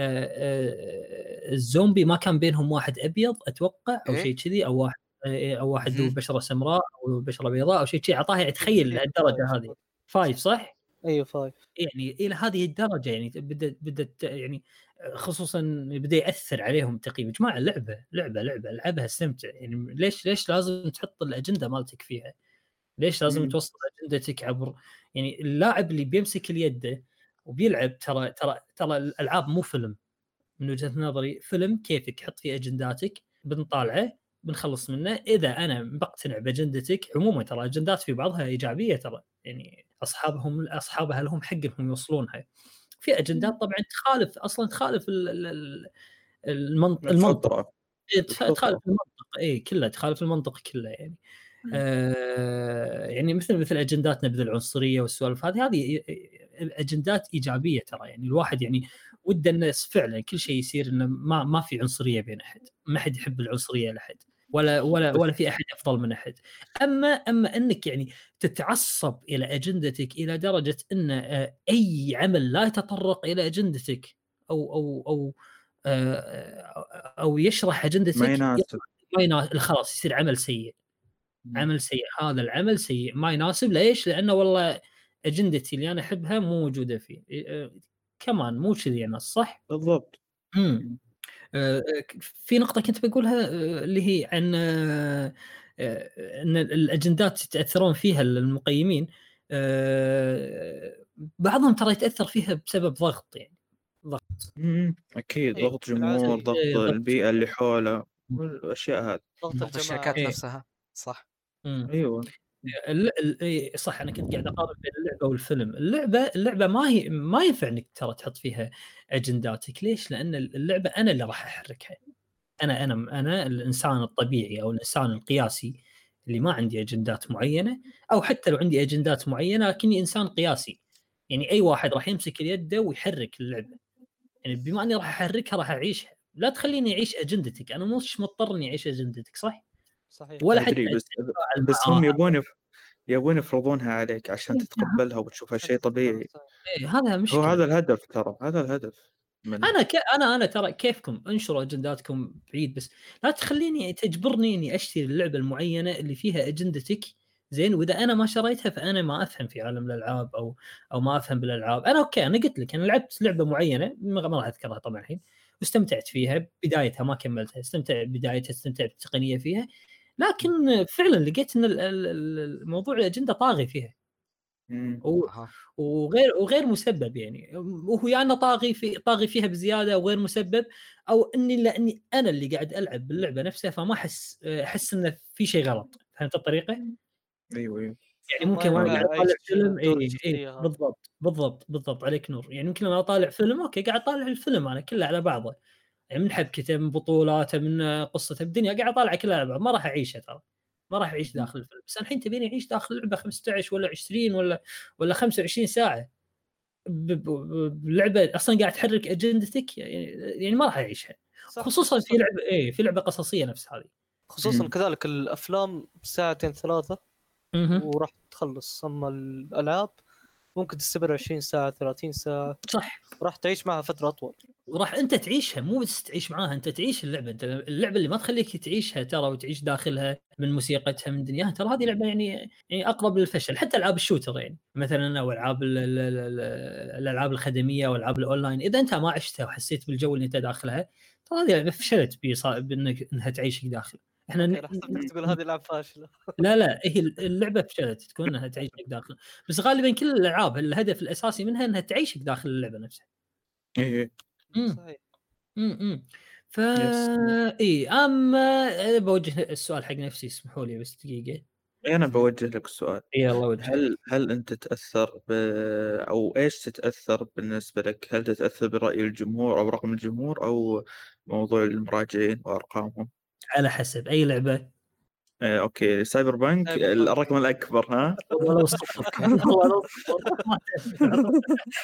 آه، الزومبي ما كان بينهم واحد ابيض اتوقع او إيه؟ شيء كذي، او واحد آه، او واحد ذو مهم. بشره سمراء او بشره بيضاء او شيء كذي، اعطاها يعني تخيل إيه، الدرجه فايف. هذه فايف صح؟ ايوه فايف. يعني الى هذه الدرجه يعني بدت بدت يعني خصوصا بدا ياثر عليهم التقييم. يا جماعه اللعبه لعبه لعبه العبها استمتع، يعني ليش ليش لازم تحط الاجنده مالتك فيها؟ ليش لازم مم. توصل اجندتك عبر يعني اللاعب اللي بيمسك اليد وبيلعب؟ ترى ترى ترى الالعاب مو فيلم من وجهه نظري، فيلم كيفك حط فيه اجنداتك بنطالعه بنخلص منه، اذا انا بقتنع باجندتك عموما ترى اجندات في بعضها ايجابيه ترى يعني اصحابهم اصحابها لهم حق انهم يوصلونها، في اجندات طبعا تخالف اصلا تخالف ال- ال- ال- المنطق المنطق الفطرة. إيه، تخ- تخالف الفطرة. المنطق اي كله تخالف المنطق كله يعني. آه يعني مثل مثل اجندات نبذ العنصريه والسوالف هذه هذه الاجندات ايجابيه ترى، يعني الواحد يعني وده الناس فعلا كل شيء يصير انه ما ما في عنصريه بين احد، ما حد يحب العنصريه لاحد، ولا ولا ولا في احد افضل من احد. اما اما انك يعني تتعصب الى اجندتك الى درجه ان آه، اي عمل لا يتطرق الى اجندتك او او او آه، او يشرح ما اجندتك يناسب. ما يناسب، خلاص يصير عمل سيء. عمل سيء، هذا العمل سيء ما يناسب. ليش؟ لانه والله اجندتي اللي انا احبها مو موجوده فيه. آه، كمان مو كذي انا صح. بالضبط. امم آه، في نقطة كنت بقولها آه، اللي هي عن آه، آه، أن الأجندات يتأثرون فيها المقيمين. آه، بعضهم ترى يتأثر فيها بسبب ضغط، يعني ضغط مم. اكيد إيه، ضغط بالعادة جمهور، ضغط إيه، ضغط. البيئة اللي حوله والاشياء هذه. ضغط ضغط الجماعة. الشركات إيه. نفسها صح. مم. ايوه الل- ال- إيه، صح. انا كنت قاعد اقارن بين اللعبه والفيلم. اللعبه اللعبه ما هي ما ينفع انك ترى تحط فيها اجنداتك. ليش؟ لان اللعبه انا اللي راح احركها. انا انا انا الانسان الطبيعي او الانسان القياسي اللي ما عندي اجندات معينه، او حتى لو عندي اجندات معينه لكني انسان قياسي. يعني اي واحد راح يمسك اليد ويحرك اللعبه. يعني بما اني راح احركها راح اعيشها. لا تخليني اعيش اجندتك. انا مش مضطر اني اعيش اجندتك، صح؟ صحيح. ولا حتى ادري، بس أتفاعل بس هم معاها. يبون يف... يبون يفرضونها عليك عشان تتقبلها وتشوفها شيء طبيعي. إيه، هذا هو مشكله. هذا الهدف، ترى هذا الهدف من انا ك... انا انا ترى كيفكم انشروا اجنداتكم بعيد، بس لا تخليني تجبرني اني اشتري اللعبه المعينه اللي فيها اجندتك. زين، واذا انا ما شريتها فانا ما افهم في عالم الالعاب او او ما افهم بالالعاب. انا اوكي، انا قلت لك انا لعبت لعبه معينه ما ما راح اذكرها طبعا الحين، واستمتعت فيها بدايتها ما كملتها. استمتعت بدايتها، استمتعت بالتقنيه فيها، لكن فعلا لقيت ان ال- ال- الموضوع الاجنده طاغي فيها. مم. و- أها. وغير وغير مسبب. يعني وهو يا انه طاغي في طاغي فيها بزياده وغير مسبب، او اني لاني انا اللي قاعد العب باللعبه نفسها فما احس احس انه في شيء غلط. فهمت الطريقه؟ ايوه ايوه يعني ممكن ما وانا ينفع قاعد أعيش اطالع فيلم، دور اي اي الشخصية هذه. بالضبط بالضبط بالضبط عليك نور. يعني يمكن لما اطالع فيلم اوكي قاعد اطالع الفيلم انا كله على بعضه، يعني من حبكته من بطولاته من قصته الدنيا قاعد اطالع كلها على بعض. ما راح اعيشها ترى، ما راح اعيش داخل الفيلم. بس الحين تبيني اعيش داخل لعبه خمسة عشر ولا عشرين ولا ولا خمسة وعشرين ساعه ب- ب- بلعبه اصلا قاعد تحرك اجندتك، يعني يعني ما راح اعيشها. صح، خصوصا في خصوصا لعبه ايه في لعبه قصصيه نفس هذه. خصوصا مم. كذلك الافلام ساعتين ثلاثة مهم. وراح تخلص. اما الالعاب ممكن تستمر عشرين ساعة ثلاثين ساعة، صح. وراح تعيش معها فترة اطول. وراح انت تعيشها، مو بس تعيش معاها، انت تعيش اللعبه. انت اللعبه اللي ما تخليك تعيشها ترى وتعيش داخلها من موسيقتها من دنياها، ترى هذه لعبه يعني يعني اقرب للفشل. حتى العاب الشوتر يعني مثلا، او العاب ال- ال- ال- الالعاب الخدميه والعاب الاونلاين، اذا انت ما عشتها وحسيت بالجو اللي انت داخلها ترى هذه لعبه فشلت بانك انها تعيشك داخل. احنا اوكي، ن... راح تقول هذه لعبة فاشلة. لا لا، هي اللعبه فشلت تكون انها تعيشك داخل. بس غالبا كل الالعاب الهدف الاساسي منها انها تعيشك داخل اللعبه نفسها. ايه امم صحيح. امم ف يس. اي اما بوجه السؤال حق نفسي، اسمحوا لي بس دقيقه. انا بوجه لك السؤال. اي الله وجهك. هل هل انت تتاثر ب... او ايش تتاثر بالنسبه لك؟ هل تتاثر براي الجمهور او رقم الجمهور او موضوع المراجعين وارقامهم؟ على حسب اي لعبه. آه، اوكي، سايبر بانك سايبر بانك. الرقم الاكبر ها. والله لو صفر والله لو صفر ما تأثر.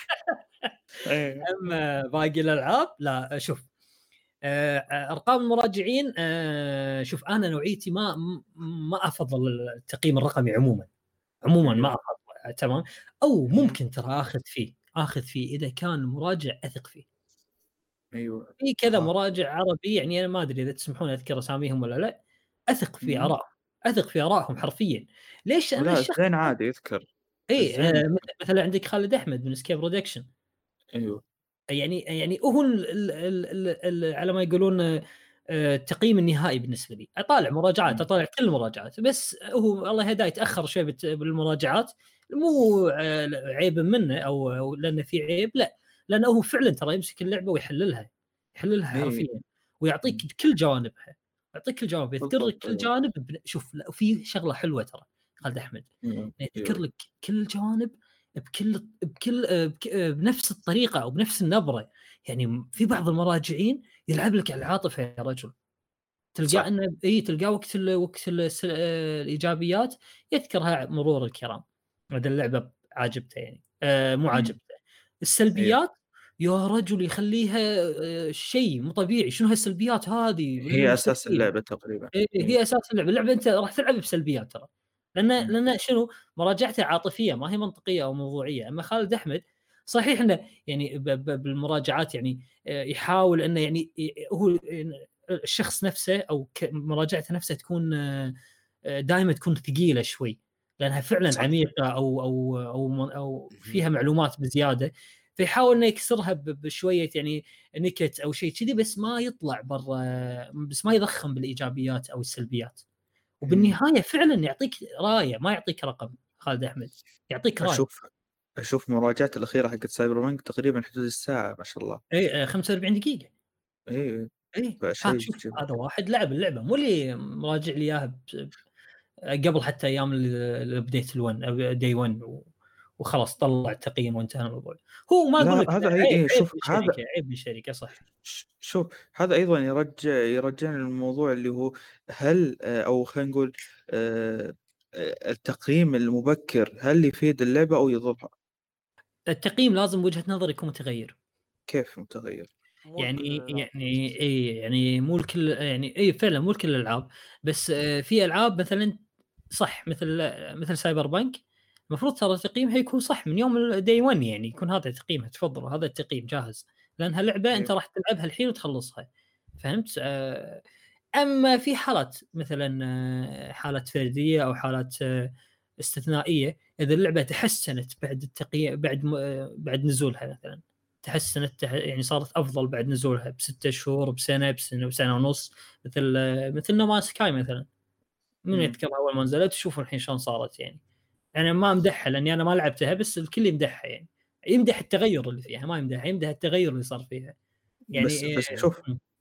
ايه اما باقي الالعاب لا. شوف آه، آه، ارقام المراجعين. آه، شوف انا نوعيتي ما ما افضل التقييم الرقمي عموما. عموما ما افضل. تمام. او ممكن ترى اخذ فيه اخذ فيه اذا كان مراجع اثق فيه. ايوه في كذا أها. مراجع عربي، يعني انا ما ادري اذا تسمحون اذكر اساميهم ولا لا، اثق في مم. ارائهم. اثق في ارائهم حرفيا. ليش؟ انا لا الشخص زين عادي يذكر. اي الزين آه، مثلا عندك خالد احمد من سكيب برودكشن. ايوه يعني يعني هو ال ال ال ال على ما يقولون آه، التقييم النهائي بالنسبه لي. اطالع مراجعات، مم. اطالع كل المراجعات، بس هو الله يهداه يتاخر شوي بت- بالمراجعات. مو آه، عيب منه او أو لانه في عيب، لا، لانه هو فعلا ترى يمسك اللعبه ويحللها يحللها إيه. حرفيا، ويعطيك كل جوانبها. يعطيك كل جوانب، يذكر لك بالضبط. كل جانب. بن- شوف لا، وفي شغله حلوه ترى خالد احمد، مم. يذكر ايوه لك كل جانب بكل بكل آه، بك- آه، بنفس الطريقه او بنفس النبره. يعني في بعض المراجعين يلعب لك على العاطفه يا رجل. تلقى صح. انه اي تلقى وقت ال وقت ال الايجابيات يذكرها مرور الكرام، هذا اللعبه عاجبته يعني آه مو مم. عاجبته. ايوه السلبيات يا رجل يخليها آه، شيء مو طبيعي. شنو هالسلبيات هذه هي اساس المستحيل. اللعبه تقريبا. إيه إيه. هي اساس اللعبه. اللعبه انت راح تلعب بسلبيات ترى، لان مم. لان شنو مراجعتها عاطفيه ما هي منطقيه او موضوعيه. اما خالد احمد صحيح انه يعني ب- ب- بالمراجعات يعني آه، يحاول انه يعني ي- هو الشخص نفسه او ك- مراجعته نفسها تكون دائما تكون ثقيله شوي، لانها فعلا صح. عميقه او او او او مهم. فيها معلومات بزياده، فيحاول انه يكسرها ب- بشويه يعني نكت او شيء كذي، بس ما يطلع برا، بس ما يضخم بالايجابيات او السلبيات. مم. وبالنهايه فعلا يعطيك رايه، ما يعطيك رقم. خالد احمد يعطيك رايه. اشوف اشوف مراجعات الاخيره حقت سايبر بانك تقريبا حدود الساعه ما شاء الله. اي آه، خمسة وأربعين دقيقه. اي اي ها شيء شوف جميل. هذا واحد لعب اللعبه، مو اللي مراجع لي اياها ب- قبل حتى ايام الابديت ال1 دي واحد و- وخلاص طلع التقييم وانتهى الموضوع. هو ما اقول لا لك هذا عيب هي إيه عيب شوف من هذا الشركه، عيب من الشركه صح. ش- شوف هذا ايضا يرجع يرجعنا للموضوع اللي هو هل آه، او خلينا نقول آه، آه، التقييم المبكر هل يفيد اللعبه او يضرها؟ التقييم لازم وجهه نظر يكون متغير. كيف متغير؟ مو يعني لكل الألعاب. يعني اي يعني مو الكل، يعني اي فعلا مو الكل الالعاب، بس آه، في العاب مثلا صح مثل مثل سايبر بانك المفروض ترى تقييمها يكون صح من يوم الدي واحد، يعني يكون هذا تقييمها، تفضل هذا التقييم جاهز، لانها لعبه انت إيه. راح تلعبها الحين وتخلصها. فهمت؟ آه، اما في حالات مثلا آه، حالات فرديه او حالات آه، استثنائيه، اذا اللعبه تحسنت بعد التقييم بعد م- آه، بعد نزولها مثلا، تحسنت تح- يعني صارت افضل بعد نزولها بستة شهور بسنه بسنه بسنه ونص، مثل آه، مثل نومان سكاي مثلا. من مم. يذكر اول ما نزلت شوفوا الحين شلون صارت يعني. يعني ما امدحها لاني انا ما لعبتها، بس الكل يمدحها يعني، يمدح التغير اللي فيها، ما يمدح يمدح التغير اللي صار فيها بس يعني. بس شوف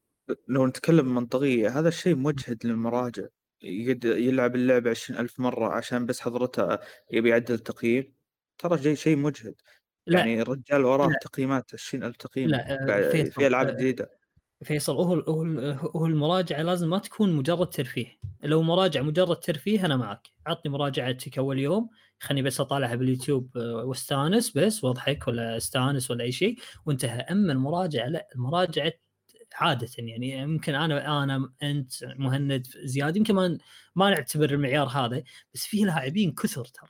لو نتكلم منطقية هذا الشيء مجهد للمراجع، يقد يلعب اللعبة عشرين ألف مرة عشان بس حضرتها يبي يعدل التقييم. ترى شيء شيء مجهد. لا يعني الرجال وراه لا تقييمات عشرين ألف تقييم لا آه، بعد- في فيصل ألعاب آه، جديدة. فيصل هو هو هو المراجعه لازم ما تكون مجرد ترفيه. لو مراجعه مجرد ترفيه انا معك، عطني مراجعتك اول يوم خلني بس اطالعها باليوتيوب آه، واستانس بس واضحك ولا استانس ولا اي شيء وانتهى. اما المراجعه لا، المراجعه عاده يعني يمكن انا انا انت مهند زياد يمكن ما ما نعتبر المعيار هذا، بس في لاعبين كثر ترى،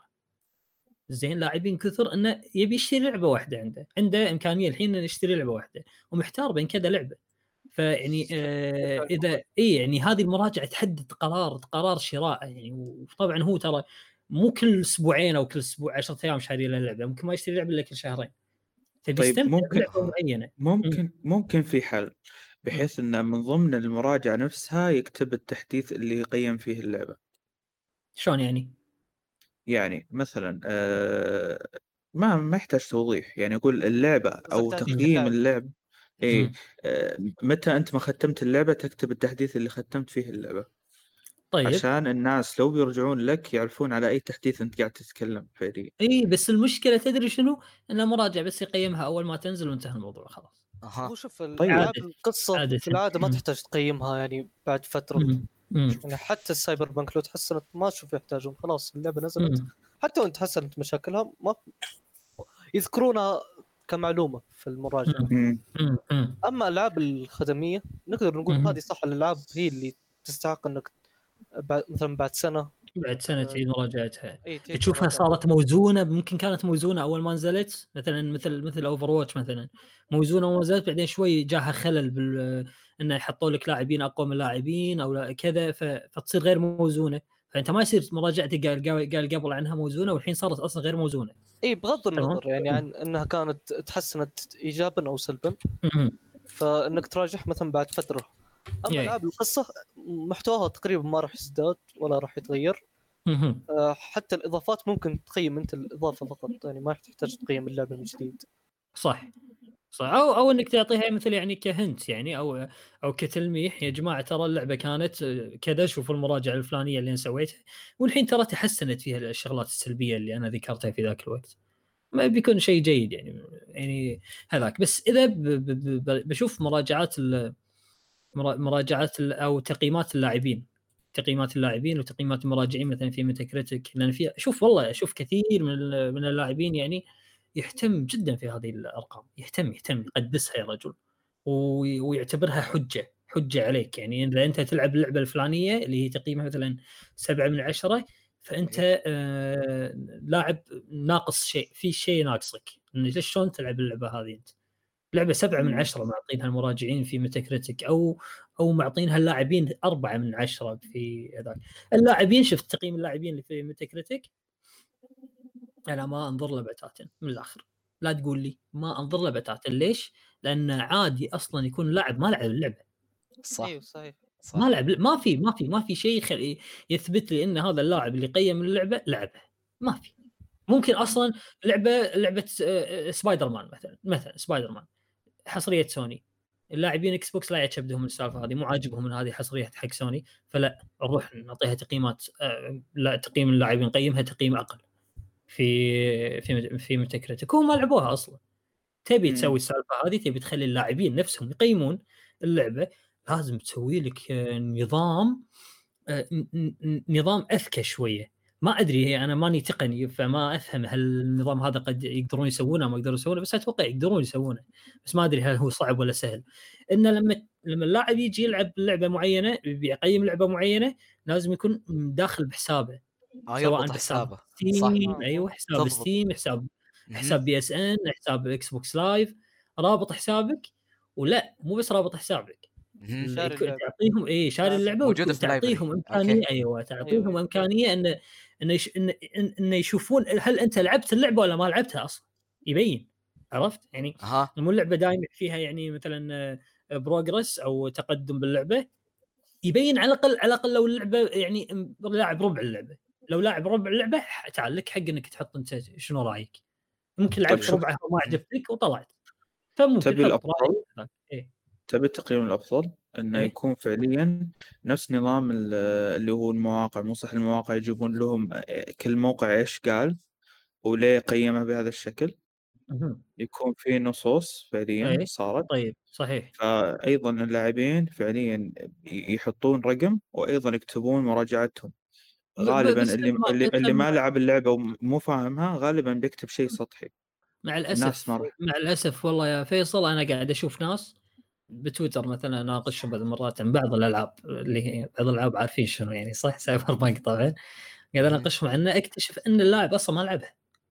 زين لاعبين كثر انه يبي يشتري لعبه واحده، عنده عنده امكانيه الحين انه يشتري لعبه واحده ومحتار بين كذا لعبه. فيعني آه اذا اي يعني هذه المراجعه تحدد قرار قرار شراء يعني. وطبعا هو ترى مو كل اسبوعين او كل اسبوع عشرة ايام شاري له لعبه، ممكن ما يشتري لعبه الا كل شهرين، تبي طيب يستمتع ممكن بلعبه معينه. م- ممكن ممكن في حل م. بحيث أن من ضمن المراجعة نفسها يكتب التحديث اللي يقيم فيه اللعبة. شلون يعني؟ يعني مثلا آه، ما ما يحتاج توضيح، يعني يقول اللعبة أو قصدك تحديث تقييم اللعبة. اللعبة. إيه م. آه، متى أنت ما ختمت اللعبة تكتب التحديث اللي ختمت فيه اللعبة، طيب عشان الناس لو بيرجعون لك يعرفون على أي تحديث أنت قاعد تتكلم فيه. اي بس المشكله تدري شنو؟ ان المراجع بس يقيمها اول ما تنزل وانتهى الموضوع خلاص. اها هو شوف طيب الالعاب عاده القصه عاده في العاده ما م. تحتاج تقيمها يعني بعد فتره. م. م. يعني حتى السايبر بانك لو تحسنت ما اشوف يحتاجون، خلاص اللعبه نزلت. م. حتى وان تحسنت مشاكلها ما يذكرونها كمعلومه في المراجعه. م. مم. م. م. اما الالعاب الخدميه نقدر نقول م. هذه صح، الالعاب هي اللي تستحق انك بعد مثلا بعد سنه بعد سنه آه، تعيد مراجعتها، اي تعيد تشوفها مراجعه. صارت موزونه. ممكن كانت موزونه اول ما نزلت مثلا مثل مثل اوفر واتش مثلا، موزونه وما نزلت بعدين شوي جاها خلل بال انه يحطوا لك لاعبين اقوى من لاعبين او لا- كذا ف... فتصير غير موزونه. فانت ما يصير مراجعتك قال قال قبل عنها موزونه والحين صارت اصلا غير موزونه. اي بغض تمام. النظر يعني عن انها كانت تحسنت ايجابا او سلبا، م- فانك تراجعها مثلا بعد فتره. اما إيه. العاب القصه محتواها تقريبا ما راح يزداد ولا راح يتغير. م- آه، حتى الاضافات ممكن تقيم انت الاضافه فقط، يعني ما تحتاج تقيم اللعبه من جديد. صح صح. او او انك تعطيها مثل يعني كهنت يعني او او كتلميح، يا جماعه ترى اللعبه كانت كذا، شوفوا المراجعه الفلانيه اللي انا سويتها والحين ترى تحسنت فيها الشغلات السلبيه اللي انا ذكرتها في ذاك الوقت. ما بيكون شيء جيد يعني يعني هذاك. بس اذا ب ب ب بشوف مراجعات ال- مرا- مراجعات ال- او تقييمات اللاعبين، تقييمات اللاعبين وتقييمات المراجعين مثلا في ميتا كريتيك، لان في شوف والله اشوف كثير من ال- من اللاعبين يعني يهتم جدا في هذه الارقام، يهتم يهتم يقدسها يا رجل، ويعتبرها حجه حجه عليك. يعني اذا انت تلعب اللعبه الفلانيه اللي هي تقييمها مثلا سبعة من عشرة، فانت آه لاعب ناقص شيء، في شيء ناقصك، ليش شلون تلعب اللعبه هذه انت؟ لعبه سبعة من عشرة معطينها المراجعين في ميتاكريتيك، او او معطينها اللاعبين أربعة من عشرة في هذاك. اللاعبين شفت تقييم اللاعبين اللي في ميتاكريتيك، انا ما انظر له بتاتا من الاخر، لا تقول لي ما انظر له بتاتا. ليش؟ لان عادي اصلا يكون لاعب ما لعب اللعبه. صح ايوه صحيح صح. ما لعب، ما في ما في ما في شيء يخلي يثبت لي ان هذا اللاعب اللي قيم اللعبه لعبها، ما في. ممكن اصلا لعبه لعبه سبايدر مان مثلا مثلا سبايدر مان حصريه سوني، اللاعبين اكس بوكس لا يعجبهم السالفه هذه، مو عاجبهم من هذه حصريه حق سوني، فلا نروح نعطيها تقييمات لا تقييم اللاعبين نقيمها تقييم اقل في في في ميتاكريتيك. هم ما لعبوها اصلا. تبي تسوي السالفه هذه، تبي تخلي اللاعبين نفسهم يقيمون اللعبه، لازم تسوي لك نظام نظام اذكى شويه. ما ادري، هي انا ماني تقني فما افهم هل النظام هذا قد يقدرون يسوونه ما يقدرون يسوونه، بس اتوقع يقدرون يسوونه، بس ما ادري هل هو صعب ولا سهل. ان لما لما اللاعب يجي يلعب لعبه معينه يقيم لعبه معينه، لازم يكون داخل بحسابه، آه سواء بحسابه بحساب ستيم، ايوه حساب تضبط. ستيم، حساب حساب بي اس ان، حساب اكس بوكس لايف، رابط حسابك. ولا مو بس رابط حسابك، تعطيهم اي شاري اللعبه وتعطيهم امكانيه، ايوه تعطيهم أيوة. امكانيه ان ان يش... ان ان يشوفون هل انت لعبت اللعبه ولا ما لعبتها اصلا، يبين. عرفت يعني؟ أه. مو اللعبه دائما فيها يعني مثلا بروجرس او تقدم باللعبه، يبين على الاقل على الاقل لو اللعبه يعني لاعب ربع اللعبه، لو لاعب ربع اللعبه تعال لك حق انك تحط انت شنو رايك. ممكن لعبت ربعها وما عجبتك وطلعت، فممكن تبي الافضل إيه؟ تبي التقييم الافضل انه إيه؟ يكون فعليا نفس نظام اللي هو المواقع، مو صح المواقع يجيبون لهم كل موقع ايش قال وليه قيمه بهذا الشكل، يكون في نصوص فعليا إيه؟ صارت. طيب صحيح. فايضا اللاعبين فعليا يحطون رقم وايضا يكتبون مراجعتهم. غالبا اللي ما اللي, اللي ما لعب اللعبه ومو فاهمها غالبا بيكتب شيء سطحي. مع الاسف مع الاسف والله يا فيصل، انا قاعد اشوف ناس بتويتر مثلا اناقشهم بعض المرات عن بعض الالعاب، اللي هي بعض الالعاب عارفين شنو يعني صح، سايبر بانك طبعا، قاعد اناقشهم عنه، اكتشف ان اللاعب اصلا ما لعبها.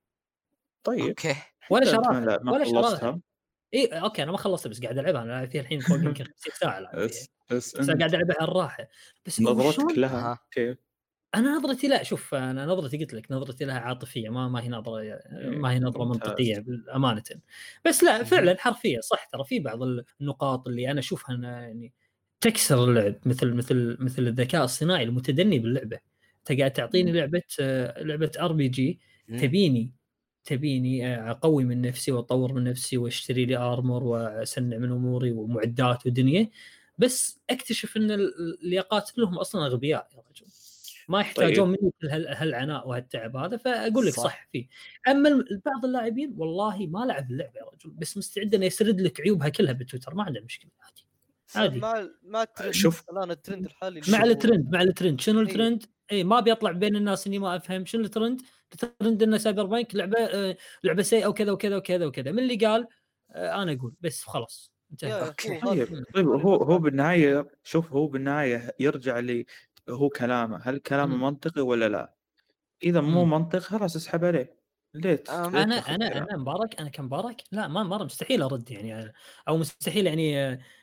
طيب اوكي ولا شراها ولا شراها. اي اوكي انا ما خلصتها بس قاعد العبها، انا فيها الحين فوق يمكن خمسين ساعه العب فيها، بس, بس قاعد العبها على الراحه. بس نظرتك لها كيف؟ انا نظرتي لا، شوف انا نظرتي قلت لك نظرتي لها عاطفيه، ما ما هي نظره ما هي نظره منطقيه امانه. بس لا فعلا حرفيا صح، ترى في بعض النقاط اللي انا اشوفها يعني تكسر اللعب، مثل مثل مثل الذكاء الصناعي المتدني باللعبه. انت قاعد تعطيني لعبه لعبه ار بي جي، تبيني تبيني اقوي من نفسي واطور من نفسي واشتري لي ارمور واسنع من اموري ومعدات ودنيا، بس اكتشف ان اللي اقاتلهم اصلا اغبياء يا رجل، ما يحتاجون طيب. مني هالعناء وهالتعب هذا. فاقول لك صح, صح فيه. اما بعض اللاعبين والله ما لعب اللعبه يا رجل، بس مستعد انه يسرد لك عيوبها كلها بتويتر، ما عنده مشكله عادي عادي. مع مع الترند، شوف الان الترند الحالي مع الترند مع الترند شنو الترند؟ اي ما بيطلع بين الناس اني ما افهم شنو الترند. الترند ان سايبر بانك لعبه آه لعبه سيئه وكذا وكذا وكذا وكذا، من اللي قال آه انا اقول بس خلاص انتهى. طيب طيب هو هو بالنهايه شوف هو بالنهايه يرجع لي هو كلامه، هل كلامه منطقي ولا لا؟ اذا مو منطق خلاص اسحب عليه. ليت انا انا انا مبارك انا كمبارك لا ما مره مستحيل ارد يعني، او مستحيل يعني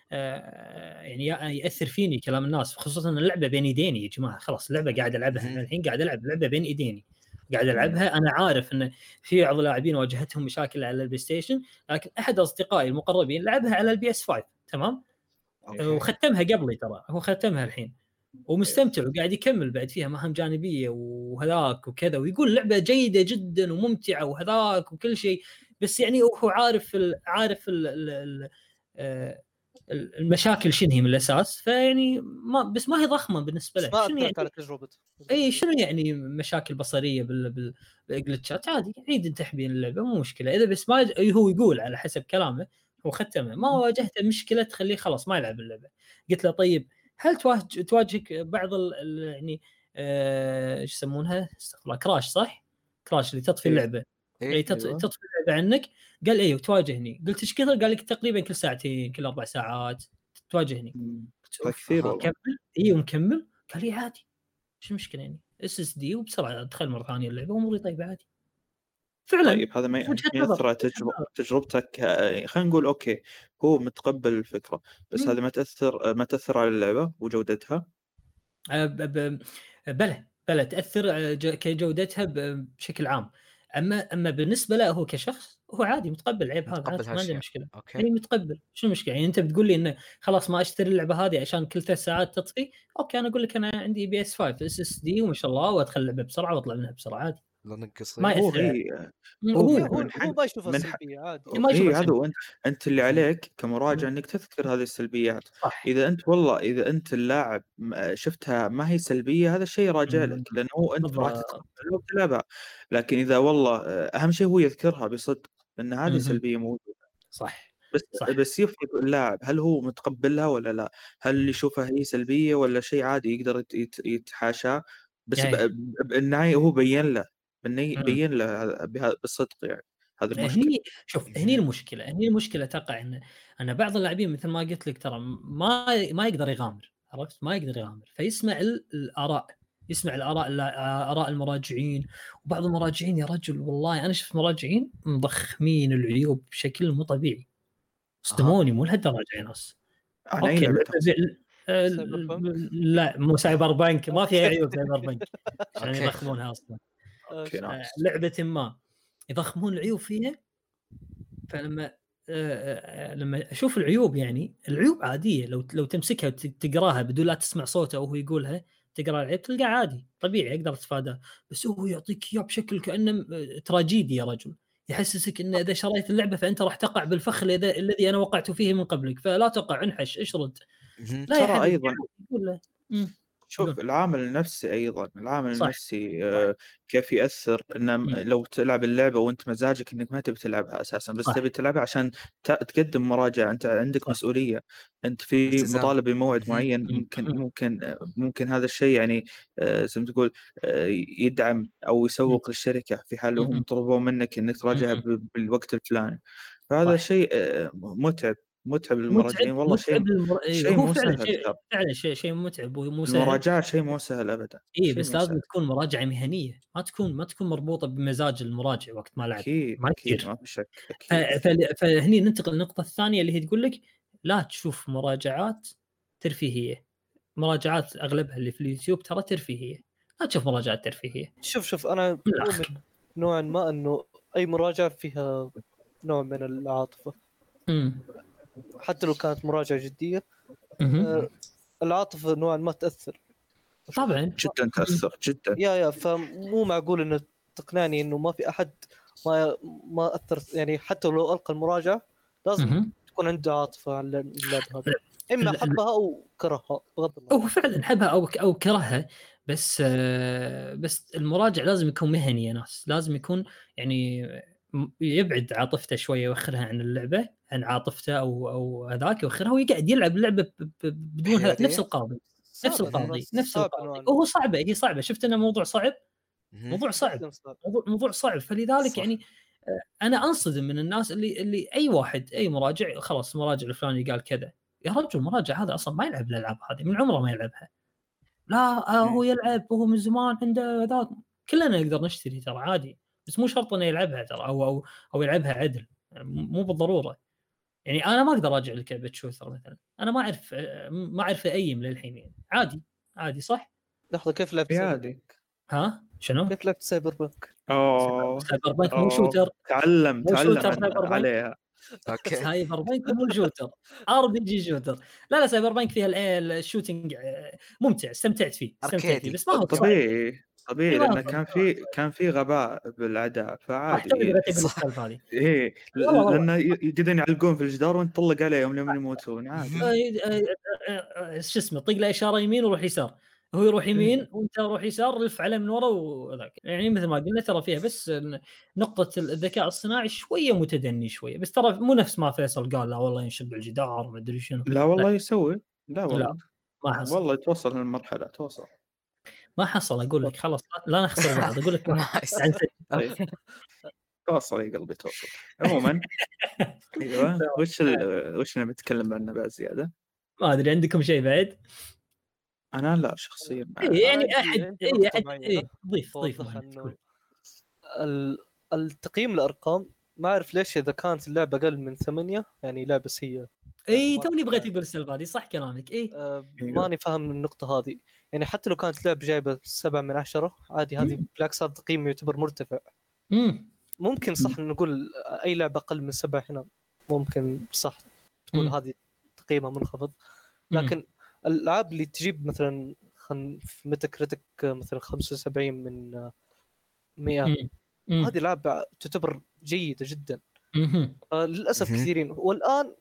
آه يعني ياثر فيني كلام الناس، خصوصا ان اللعبه بين يديني يا جماعه، خلاص اللعبه قاعد العبها انا الحين قاعد العب لعبه بين ايديني قاعد العبها. انا عارف ان في بعض اللاعبين واجهتهم مشاكل على البلاي ستيشن، لكن احد اصدقائي المقربين لعبها على البي اس خمسة تمام، وختمها قبلي، ترى هو ختمها الحين ومستمتع وقاعد يكمل بعد فيها مهام جانبيه وهذاك وكذا، ويقول لعبه جيده جدا وممتعه وهذاك وكل شيء، بس يعني هو عارف ال عارف ال ال ال المشاكل شنو هي من الاساس، فيعني ما بس ما هي ضخمه بالنسبه له. شنو يعني على تجربته؟ اي شنو يعني مشاكل بصريه بال بالجلتشات عادي، عيد انت تحبين اللعبه مو مشكله. اذا بس ما هو يقول على حسب كلامه هو ختمه ما واجهته مشكله تخليه خلاص ما يلعب اللعبه. قلت له طيب هل تواجه تواجهك بعض ال يعني ايش آه يسمونها استغفر الله كراش صح؟ كراش اللي تطفي اللعبه، يعني إيه؟ تط- أيوة. تطفي اللعبه عنك. قال ايوه تواجهني. قلت ايش كثر؟ قال لك تقريبا كل ساعتين كل اربع ساعات تواجهني. مم. قلت هذا اوف كثير أها. والله. كمل. ايوه مكمل. قال لي عادي ايش المشكله يعني اس اس دي وبسرعه ادخل مره ثانيه اللعبه واموري طيبه عادي. فعلا طيب هذا ما وجهه ما نظر يأثر على وجهة تجربة نظر. تجربتك. آه، خلينا نقول أوكي، هو متقبل الفكرة، بس مم. هذا ما تأثر ما تأثر على اللعبة وجودتها. آه، ب- ب- بلى بلى تاثر آه، ج- كجودتها ب- بشكل عام. اما اما بالنسبه له هو كشخص هو عادي متقبل العيب هذا متقبل عادي ما عنده هالشيء. مشكله. اوكي. اي متقبل شو المشكله يعني انت بتقول لي انه خلاص ما اشتري اللعبه هذه عشان كل ثلاث ساعات تطفي. اوكي انا اقول لك انا عندي بي اس خمسة اس اس دي وما شاء الله وادخل اللعبه بسرعه واطلع منها بسرعه عادي لا نقص. ما هو ياثر علي. هي مم، هو هو من هو من حق هو ما يشوفها من حق سلبيه عادي. ما يشوف اي هذا السلبي. هو. انت انت اللي عليك كمراجع مم. انك تذكر هذه السلبيات. صح اذا انت والله اذا انت اللاعب م- شفتها ما هي سلبيه، هذا الشيء راجع مم. لك، لانه هو انت راح بالضبط. تتقبلها وتلعبها. لكن اذا والله آه، اهم شيء هو يذكرها بصدق ان هذه مهم. سلبيه موجوده. صح بس صح بس يفرق اللاعب هل هو متقبلها ولا لا، هل اللي يشوفها هي سلبيه ولا شيء عادي يقدر يت- يت- يتحاشاه. بس ب- ايه ب- بالنهايه هو بين له، بالني- مم. بين له هذا- بها- بالصدق يعني. هذا المشكله. هني شوف هني المشكله هني المشكله تقع ان ان بعض اللاعبين مثل ما قلت لك ترى ما ما يقدر يغامر. عرفت ما يقدر يغامر فيسمع ال- الاراء يسمع الاراء اللا- اراء المراجعين. وبعض المراجعين يا رجل والله انا شفت مراجعين مضخمين العيوب بشكل مو طبيعي. اها. صدموني مو لهالدرجه يا ناس. عن اي اوكي لعبه اللعبة تقصد؟ ب- ال- سايبر بانك. لا مو سايبر بانك ما فيها عيوب سايبر بانك عشان اوكي. يضخمونها اصلا. اوكي آه، نايس. لعبه ما يضخمون العيوب فيها. فلما آه، آه، لما اشوف العيوب يعني العيوب عاديه لو لو تمسكها وتقراها بدون لا تسمع صوته وهو يقولها تقرا العيب تلقى عادي طبيعي اقدر اتفاداه. بس هو يعطيك اياه بشكل كانه م- تراجيدي يا رجل. يحسسك ان اذا شريت اللعبه فانت راح تقع بالفخ الذي الذي انا وقعت فيه من قبلك فلا تقع انحش اشرد. مهم. لا يا ترى حبيبي ايضا يقول له مم. شوف قول. العامل النفسي، ايضا العامل صح النفسي صح آه، كيف ياثر. ان مم. لو تلعب اللعبه وانت مزاجك انك ما تبي تلعبها اساسا، بس صح تبي تلعبها عشان ت- تقدم مراجعه، انت عندك صح مسؤوليه، انت في التزام. مطالب بموعد مهم. معين. مم. ممكن مم. ممكن آه، ممكن هذا الشيء يعني آه، زي ما تقول آه، يدعم او مم. يسوق للشركه في حال هم مم. طلبوا منك انك تراجعها مم. ب- بالوقت الفلاني. فهذا صح شيء آه، متعب متعب متعب للمراجعين والله. شيء متعب المر... إيه، شيء هو مو فعلا سهل شيء ترى. فعلا شيء شيء متعب ومو سهل. المراجعة شيء مو سهل أبدا، اي شيء بس مو لازم سهل. تكون مراجعه مهنيه ما تكون ما تكون مربوطه بمزاج المراجع وقت ما لعب أكيد ما أكيد يصير. ما في شك ف... أكيد. ف... فهني ننتقل للنقطه الثانيه اللي هي تقول لك لا تشوف مراجعات ترفيهيه. مراجعات اغلبها اللي في اليوتيوب ترى ترفيهيه. لا تشوف مراجعات ترفيهيه شوف شوف انا من مؤمن الاخر. نوعا ما انه اي مراجعه فيها نوع من العاطفه، امم حتى لو كانت مراجعه جديه. أمم. آه، العاطفه نوعا ما تاثر. طبعا جدا تأثر جدا. يا يا فمو معقول انه تقنعني انه ما في احد ما ما اثر، يعني حتى لو القى المراجعه لازم أمم. تكون عنده عاطفه على اللعبه هذه، اما ال- ال- حبها او كرهها بغض النظر. هو فعلا حبها او او كرهها. بس آه، بس المراجع لازم يكون مهني يا ناس. لازم يكون يعني م- يبعد عاطفته شويه ويوخرها عن اللعبه عن عاطفته او او هذاك يوخرها ويقعد يلعب اللعبه ب- ب- بدون ه- بحيادية. نفس القاضي نفس صعبة القاضي الناس، نفس صعب القاضي نوعاً. وهو صعبه هي صعبه. شفت انه موضوع صعب مهم. موضوع صعب جداً صعب. موضوع موضوع صعب. فلذلك صح. يعني آه، انا انصدم من الناس اللي اللي اي واحد اي مراجع خلاص المراجع الفلاني قال كذا. يا رجل المراجع هذا اصلا ما يلعب الالعاب هذه من عمره ما يلعبها. لا آه، هو يلعب وهو من زمان عنده ذاك. كلنا نقدر نشتري ترى عادي بس مو شرط انه يلعبها ترى او او او يلعبها عدل مو بالضروره. يعني انا ما اقدر اراجع لك لعبه شوثر مثلا انا ما اعرف آه، ما اعرف ايم للحين يعني عادي عادي صح. لحظه كيف لعبت في سايبر عادي. ها شنو كيف لعبت سايبر بانك؟ أوه سايبر بانك مو أوه شوتر تعلم مو تعلم شوتر عن- سايبر بانك. عليها. اوكي. سايبر بانك مو شوتر ار بي جي شوتر. لا لا سايبر بانك فيها ال- الشوتنج آه، ممتع استمتعت فيه استمتعت أركيدي. فيه بس ما هو صعب. طبيعي طبيعي إيه، ما لأنه أفهم. كان في كان في غباء بالأداء راح فعادي. تبي إيه تبي صح. السالفه هذه. إيه والله والله. لأنه ي- يقدرون يعلقون في الجدار وأنت تطلق عليهم لما يموتون عادي. مهم. آه، آه، آه، آه، شو اسمه طق له اشاره يمين وروح يسار. هو يروح يمين وانت روح يسار لف عليه من ورا وذاك. يعني مثل ما قلنا ترى فيها بس نقطه الذكاء الصناعي شويه متدني شويه بس ترى مو نفس ما فيصل قال لا والله ينشب الجدار ما ادري شنو. لا والله يسوي. لا والله لا ما حصل والله توصل للمرحلة توصل. ما حصل اقول لك خلاص لا- لا نخسر بعض اقول لك نايس. عن سجن. طيب توصل يا قلبي توصل. عموما ايوه وش ال... وش نبي نتكلم عنه بعد زياده؟ ما ادري عندكم شيء بعد؟ انا لا شخصيا ما... إيه يعني أنا عندي- احد عندي اي نقطة احد معينة إيه ضيف ضيف بوضحها مهند، انه قول. ال- التقييم الارقام ما اعرف ليش اذا كانت اللعبه اقل من ثمانية يعني لعبه سيئه. اي ما- توني بغيت اقول السالفه هذه، صح كلامك. اي آه، أيوة. ماني فاهم النقطه هذه. يعني حتى لو كانت لعبه جايبه سبعة من عشرة عادي، هذه مم. بالعكس هذا تقييم يعتبر مرتفع. امم ممكن صح نقول اي لعبه اقل من سبعة هنا ممكن صح تقول مم. هذه تقييمها منخفض. لكن الالعاب اللي تجيب مثلا خن في ميتا كريتيك مثلا خمسة وسبعين من مئة، هذه لعبه تعتبر جيده جدا. امم آه، للاسف مهم. كثيرين والان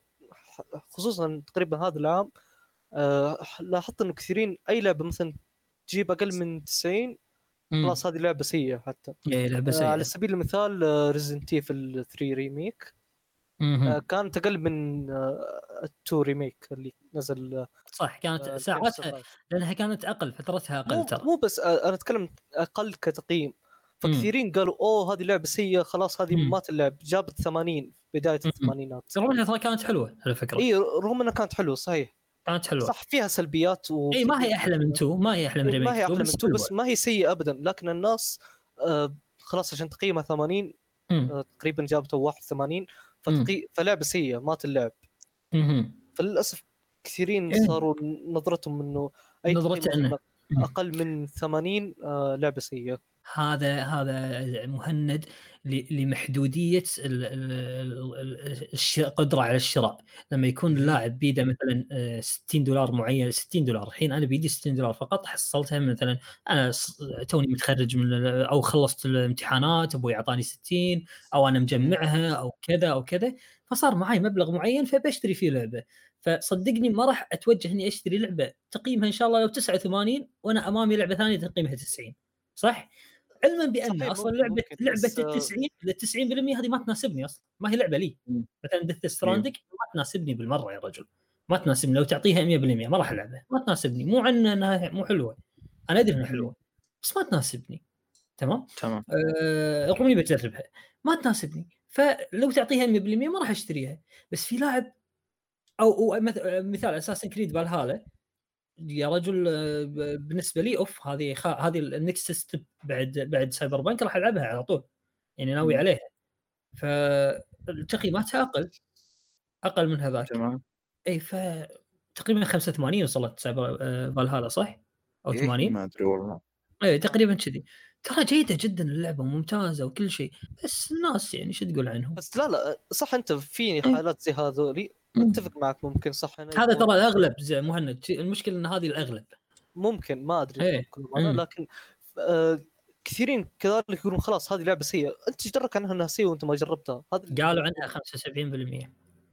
خصوصا تقريبا هذا العام آه، لاحظت انه كثيرين اي لعبه مثلا تجيب اقل من تسعين خلاص هذه لعبه سيئه. حتى اي لعبه آه، على سيئه. سبيل المثال ريزنت ايفل ثري ريميك مم. كانت اقل من التو ريميك اللي نزل آه، صح كانت ألفين ساعاتها وتسعة عشر. لانها كانت اقل، فترتها اقل مو ترى. مو بس آه، انا اتكلم اقل كتقييم. فكثيرين قالوا اوه هذه لعبه سيئه خلاص هذه مم. ما تلعب. جابت ثمانين بدايه مم. الثمانينات. ترى ترى كانت حلوه على فكره. اي رغم انها كانت حلوه صحيح، كانت حلوه. صح فيها سلبيات و اي ما هي احلى من تو، ما هي احلى من إيه، ريميك ما هي تو، احلى بس من تو، حلوة. بس ما هي سيئه ابدا. لكن الناس آه خلاص عشان تقييمها ثمانين مم. آه تقريبا جابته واحد وثمانين فتقي... فلعبه سيئه ما تلعب. مم. فللاسف كثيرين إيه. صاروا نظرتهم انه اي نظرته تقييم انه مثلاً اقل من ثمانين آه لعبه سيئه. هذا هذا مهند ل- لمحدوديه ال- ال- ال- الش- القدره على الشراء. لما يكون اللاعب بيده مثلا آه، ستين دولار معين، ستين دولار الحين انا بيدي ستين دولار فقط، حصلتها مثلا انا ص- توني متخرج من ال- او خلصت الامتحانات ابوي اعطاني ستين، او انا مجمعها او كذا او كذا، فصار معي مبلغ معين فبشتري فيه لعبه. فصدقني ما راح اتوجه اني اشتري لعبه تقييمها ان شاء الله لو تسعة وثمانين وانا امامي لعبه ثانيه تقييمها تسعين، صح؟ علما بان صحيح اصلا ممكن لعبه ممكن لعبه بس آه التسعين ال تسعين بالمئة هذه ما تناسبني اصلا، ما هي لعبه لي. مم. مثلا ديث ستراندنج ما تناسبني بالمره يا رجل، ما تناسبني. لو تعطيها مئة بالمئة ما راح العبها، ما تناسبني. مو عن انها مو حلوه، انا ادري انها حلوه بس ما تناسبني. تمام تمام أه رغم اني بجربها ما تناسبني، فلو تعطيها مئة بالمئة ما راح اشتريها. بس في لاعب او, أو مثال اساسن كريد فالهالا يا رجل، آه، ب- بالنسبه لي اوف هذه خ... هذه النكست ستيب بعد بعد سايبر بانك راح العبها على طول، يعني ناوي مم. عليها. فتقييماتها اقل اقل من هذاك. تمام اي ف تقريبا خمسة وثمانين وصلت سايبر آه، فالهالا صح او إيه؟ ثمانين. ما ادري والله. اي تقريبا كذي. ترى جيده جدا اللعبه ممتازه وكل شيء، بس الناس يعني شو تقول عنهم. بس لا لا صح انت في حالات زي هذولي اتفق معك ممكن صح. أنا هذا يكون ترى الاغلب زي مهند، المشكله ان هذه الاغلب. ممكن ما ادري إيه. كل مرة، مم. لكن آه كثيرين كذلك يقولون خلاص هذه لعبه سيئه. انت تدرك عنها انها سيئه وانت ما جربتها. هذا اللي- قالوا عنها خمسة وسبعين بالمئة.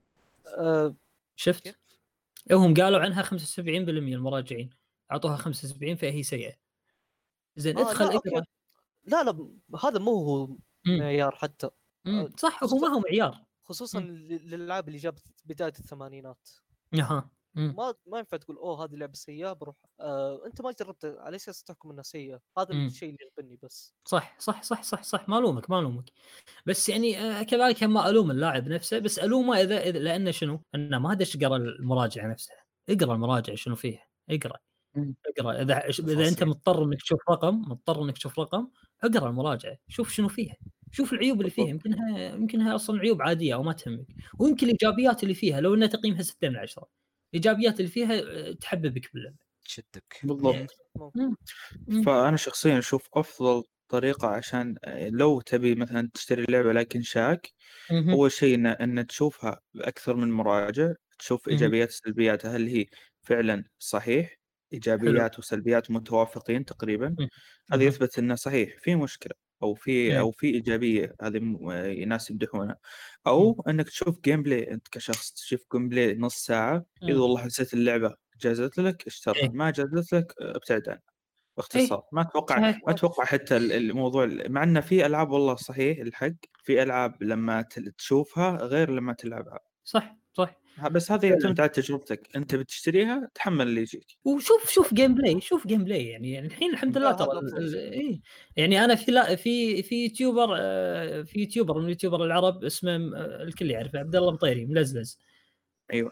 آه شفت كيف؟ هم قالوا عنها خمسة وسبعين بالمئة المراجعين اعطوها خمسة وسبعين فهي سيئه. زين آه ادخل لا اقرا. اوكي لا لا هذا مو هو معيار حتى. مم. صح هو ما هو معيار. خصوصا مم. للالعاب اللي جابت بدايه الثمانينات. اها مم. ما ما ينفع تقول اوه هذه لعبه سيئه بروح آه انت ما جربتها على اساس تحكم انها سيئه. هذا مم. الشيء اللي يغبني بس. صح صح صح صح صح ما الومك ما الومك. بس يعني آه كذلك ما الوم اللاعب نفسه، بس الومه اذا, إذا لانه شنو انه ما دش قرا المراجعه نفسها. اقرا المراجعه شنو فيها، اقرا مم. اقرا اذا اذا انت مضطر انك تشوف رقم مضطر انك تشوف رقم اقرا المراجعه شوف شنو فيها، شوف العيوب اللي فيها. يمكنها يمكنها اصلا عيوب عاديه او ما تهمك، ويمكن الايجابيات اللي فيها لو انها تقييمها ستة من عشرة الايجابيات اللي فيها آه، تحببك باللعبه. تشدك بالضبط. مم. مم. فانا شخصيا اشوف افضل طريقه عشان لو تبي مثلا تشتري اللعبه لكن شاك، مهم. اول شيء ان ان تشوفها باكثر من مراجع، تشوف مهم. ايجابيات وسلبياتها هل هي فعلا صحيح، ايجابيات وسلبيات متوافقين تقريبا. مم. هذا مهم. يثبت انه صحيح في مشكله او في إيه. او في ايجابيه، هذه م- ناس يمدحونها. مم. او انك تشوف جيم بلاي، انت كشخص تشوف جيم بلاي نص ساعه، اذا مم. والله حسيت اللعبه جازت لك اشترها، إيه. ما جازت لك ابتعد عنها ايه باختصار. ما اتوقع صحيح. ما اتوقع حتى ال- الموضوع، مع انه في العاب والله صحيح الحق، في العاب لما تل- تشوفها غير لما تلعبها. صح صح بس هذا يعتمد على تجربتك، انت بتشتريها تحمل اللي يجيك. وشوف شوف جيم بلاي شوف جيم بلاي يعني, يعني الحين الحمد لله ترى اي يعني انا في لا في في يوتيوبر آه في يوتيوبر من يوتيوبر العرب اسمه آه الكل يعرفه عبد الله مطيري ملزلز. ايوه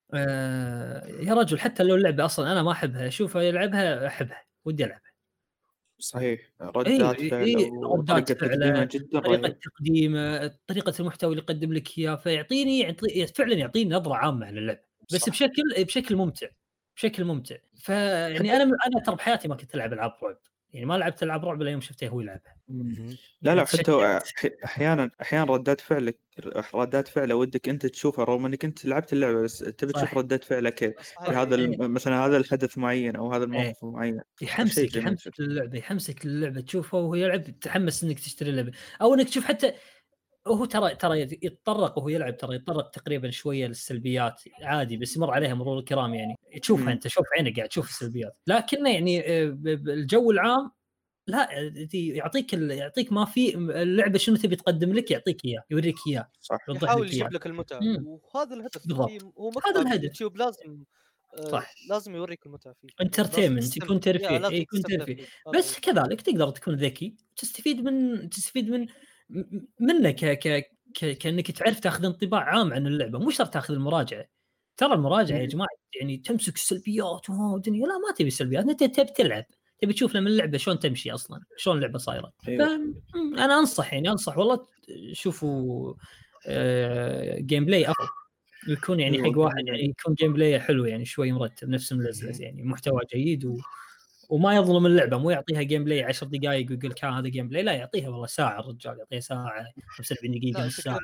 آه يا رجل حتى لو اللعبه اصلا انا ما احبها اشوفها يلعبها احبها ودي العبها. صحيح ردات إيه فعل إيه وطريقه تقديمها جدا طريقه رهيب. تقديمه طريقه المحتوى اللي يقدم لك اياه فيعطيني يعطي فعلا يعطيني نظره عامه عن اللعبه بس صح. بشكل بشكل ممتع بشكل ممتع. فيعني انا انا ترى بحياتي ما كنت العب العاب رعب يعني ما لعبت العاب رعب الا يوم شفته هو يلعبها. لا لا حتى احيانا احيانا ردات فعلك ردات فعله ودك انت تشوفها رغم انك انت لعبت اللعبه بس تبي تشوف ردات فعلك في هذا مثلا هذا الحدث معين او هذا الموقف معين يحمسك يحمسك للعبه يحمسك للعبه تشوفها وهو يلعب تحمس انك تشتري اللعبه او انك تشوف حتى هو ترى ترى يتطرق وهو يلعب ترى يتطرق تقريبا شويه للسلبيات عادي بس يمر عليها مرور الكرام يعني تشوفها انت شوف عينك قاعد تشوف السلبيات لكنه يعني الجو العام لا يعطيك يعطيك ما في اللعبه شنو تبي تقدم لك يعطيك اياه يوريك اياه يحاول يجيب لك المتعه وهذا الهدف بالضبط هو هذا الهدف اليوتيوب لازم صح. لازم يوريك المتعه فيه انترتينمنت يكون ترفيه يكون ترفيه بس كذلك تقدر تكون ذكي تستفيد من تستفيد من منك ك ك كانك تعرف تاخذ انطباع عام عن اللعبه مو شرط تاخذ المراجعه ترى المراجعه يا جماعه يعني تمسك السلبيات والدنيا لا ما تبي سلبيات انت تبي تلعب تبي تشوف لما اللعبه شلون تمشي اصلا شلون اللعبه صايره. انا انصح يعني انصح والله شوفوا آه جيم بلاي افضل يكون يعني حق واحد يعني يكون جيم بلاي حلو يعني شوي مرتب نفس ملزلز يعني محتوى جيد و... وما يظلم اللعبه مو يعطيها جيم بلاي عشر دقائق ويقول لك هذا جيم بلاي لا يعطيها والله ساعه الرجال يعطيها ساعه خمسة وسبعين دقيقه نص ساعه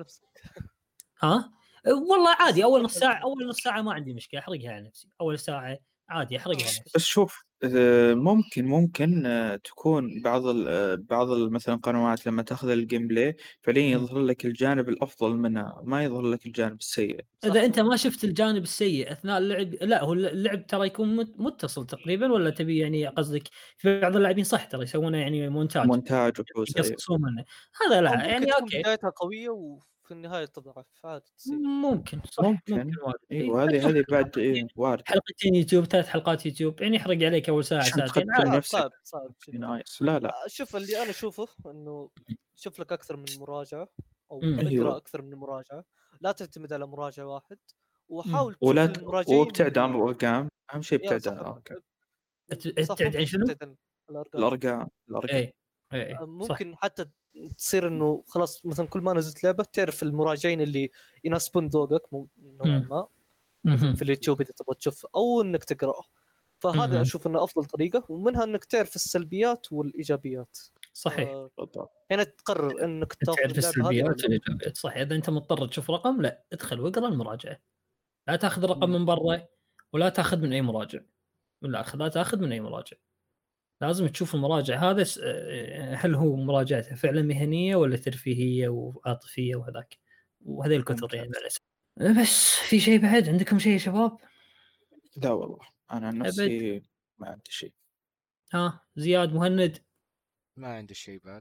ها والله عادي اول نص ساعه اول نص ساعه ما عندي مشكله احرقها على نفسي اول ساعه عادي احرقها على نفسي. بس شوف ممكن ممكن تكون بعض بعض مثلا قنوات لما تاخذ الجيم بلاي فعليا يظهر لك الجانب الافضل منها ما يظهر لك الجانب السيء. اذا انت ما شفت الجانب السيء اثناء اللعب لا هو اللعب ترى يكون متصل تقريبا ولا تبي يعني قصدك في بعض اللاعبين صح ترى يسوونه يعني مونتاج مونتاج يقصون منه هذا لا يعني اوكي بدايتها قويه وفي النهايه تضعف عادي تصير ممكن صح ممكن, ممكن. ايوه هذه هذه بعد إيه وارد حلقتين يوتيوب ثلاث حلقات يوتيوب يعني يحرق عليك اول ساعه ساعتين صعب صعب نايس لا لا شوف اللي انا اشوفه انه شوف لك اكثر من مراجعه او اقرا اكثر من مراجعه لا تعتمد على مراجع واحد وحاول تشوف المراجعين وابتعد عن الارقام اهم شيء ابتعد عن الارقام ابتعد عن شنو الارقام الارقام اي اي ممكن صح. حتى تصير انه خلاص مثلا كل ما نزلت لعبه تعرف المراجعين اللي يناسبون ذوقك نوعا ما في اليوتيوب اذا تبغى تشوف او انك تقرا فهذا اشوف انه افضل طريقه ومنها انك تعرف السلبيات والايجابيات صحيح هنا يعني تقرر انك تعرف السلبيات والايجابيات صح اذا انت مضطر تشوف رقم لا ادخل واقرا المراجعه لا تاخذ رقم من برا ولا تاخذ من اي مراجع لا لا تاخذ من اي مراجع لازم تشوف المراجع هذا هل هو مراجعته فعلا مهنيه ولا ترفيهيه وعاطفيه وهذاك وهذه الكثر يعني بس في شيء بعد عندكم شيء يا شباب؟ لا والله انا عن نفسي ما عندي شيء. ها زياد مهند ما عندي شيء بعد.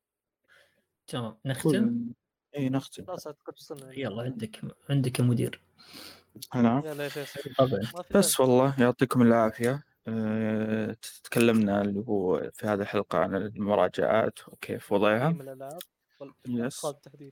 تمام نختم. اي نختم يلا عندك عندك المدير. انا طبعا بس والله يعطيكم العافيه. أه... تكلمنا اللي هو في هذه الحلقه عن المراجعات وكيف وضعها يس.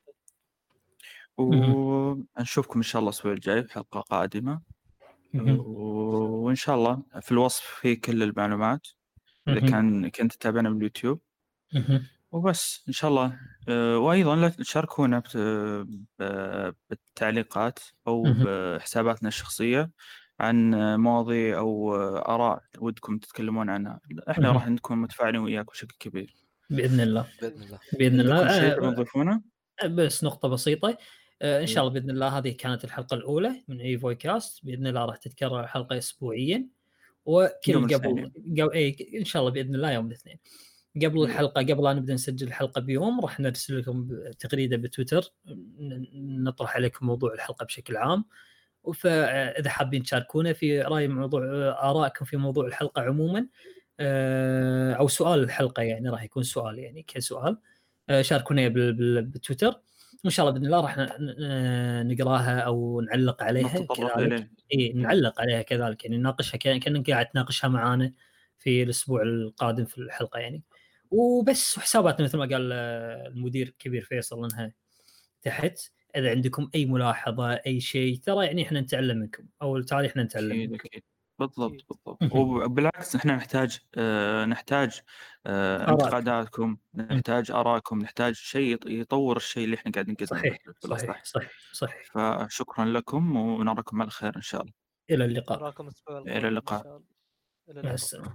ونشوفكم ان شاء الله الاسبوع الجاي في حلقه قادمه وان شاء الله في الوصف في كل المعلومات اذا كان كنت تتابعنا من اليوتيوب وبس ان شاء الله. وايضا لا تشاركونا بالتعليقات او بحساباتنا الشخصيه عن مواضيع او اراء ودكم تتكلمون عنها احنا راح نكون متفاعلين وياكم بشكل كبير باذن الله. باذن الله باذن الله شيء تضيفونه بس نقطه بسيطه ان شاء الله باذن الله. هذه كانت الحلقه الاولى من اي فوي كاست باذن الله راح تتكرر الحلقه اسبوعيا وكل قبل قبل اي ان شاء الله باذن الله يوم الاثنين قبل الحلقه قبل لا نبدا نسجل الحلقه بيوم راح نرسل لكم تغريده بتويتر نطرح عليكم موضوع الحلقه بشكل عام فاذا حابين تشاركونا في راي موضوع ارائكم في موضوع الحلقه عموما او سؤال الحلقه يعني راح يكون سؤال يعني كسؤال شاركونا بالتويتر وان شاء الله باذن الله راح ن- ن- نقراها او نعلق عليها نتطرق كذلك. إليه. اي نعلق عليها كذلك، يعني نناقشها كأن- كانك قاعد تناقشها معانا في الاسبوع القادم في الحلقه يعني. وبس. وحساباتنا مثل ما قال آه، المدير الكبير فيصل انها تحت. اذا عندكم اي ملاحظه اي شيء، ترى يعني احنا نتعلم منكم، او تعالي احنا نتعلم أكيد منكم. أكيد بالضبط أكيد. بالضبط. مهم. وبالعكس احنا نحتاج آه نحتاج آه آراء. انتقاداتكم، نحتاج آراءكم، نحتاج شيء يط- يطور الشيء اللي احنا قاعدين نقدمه صحيح في الإصلاح. صحيح صحيح صحيح. فشكرا لكم ونراكم على خير إن شاء الله. الى اللقاء. نراكم الاسبوع إلى القادم ان اللقاء. شاء الله. الى مع اللقاء. السلامه.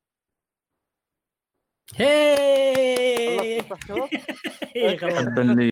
هي خلصت صح شباب؟ إيه، خلاص. تبا لي.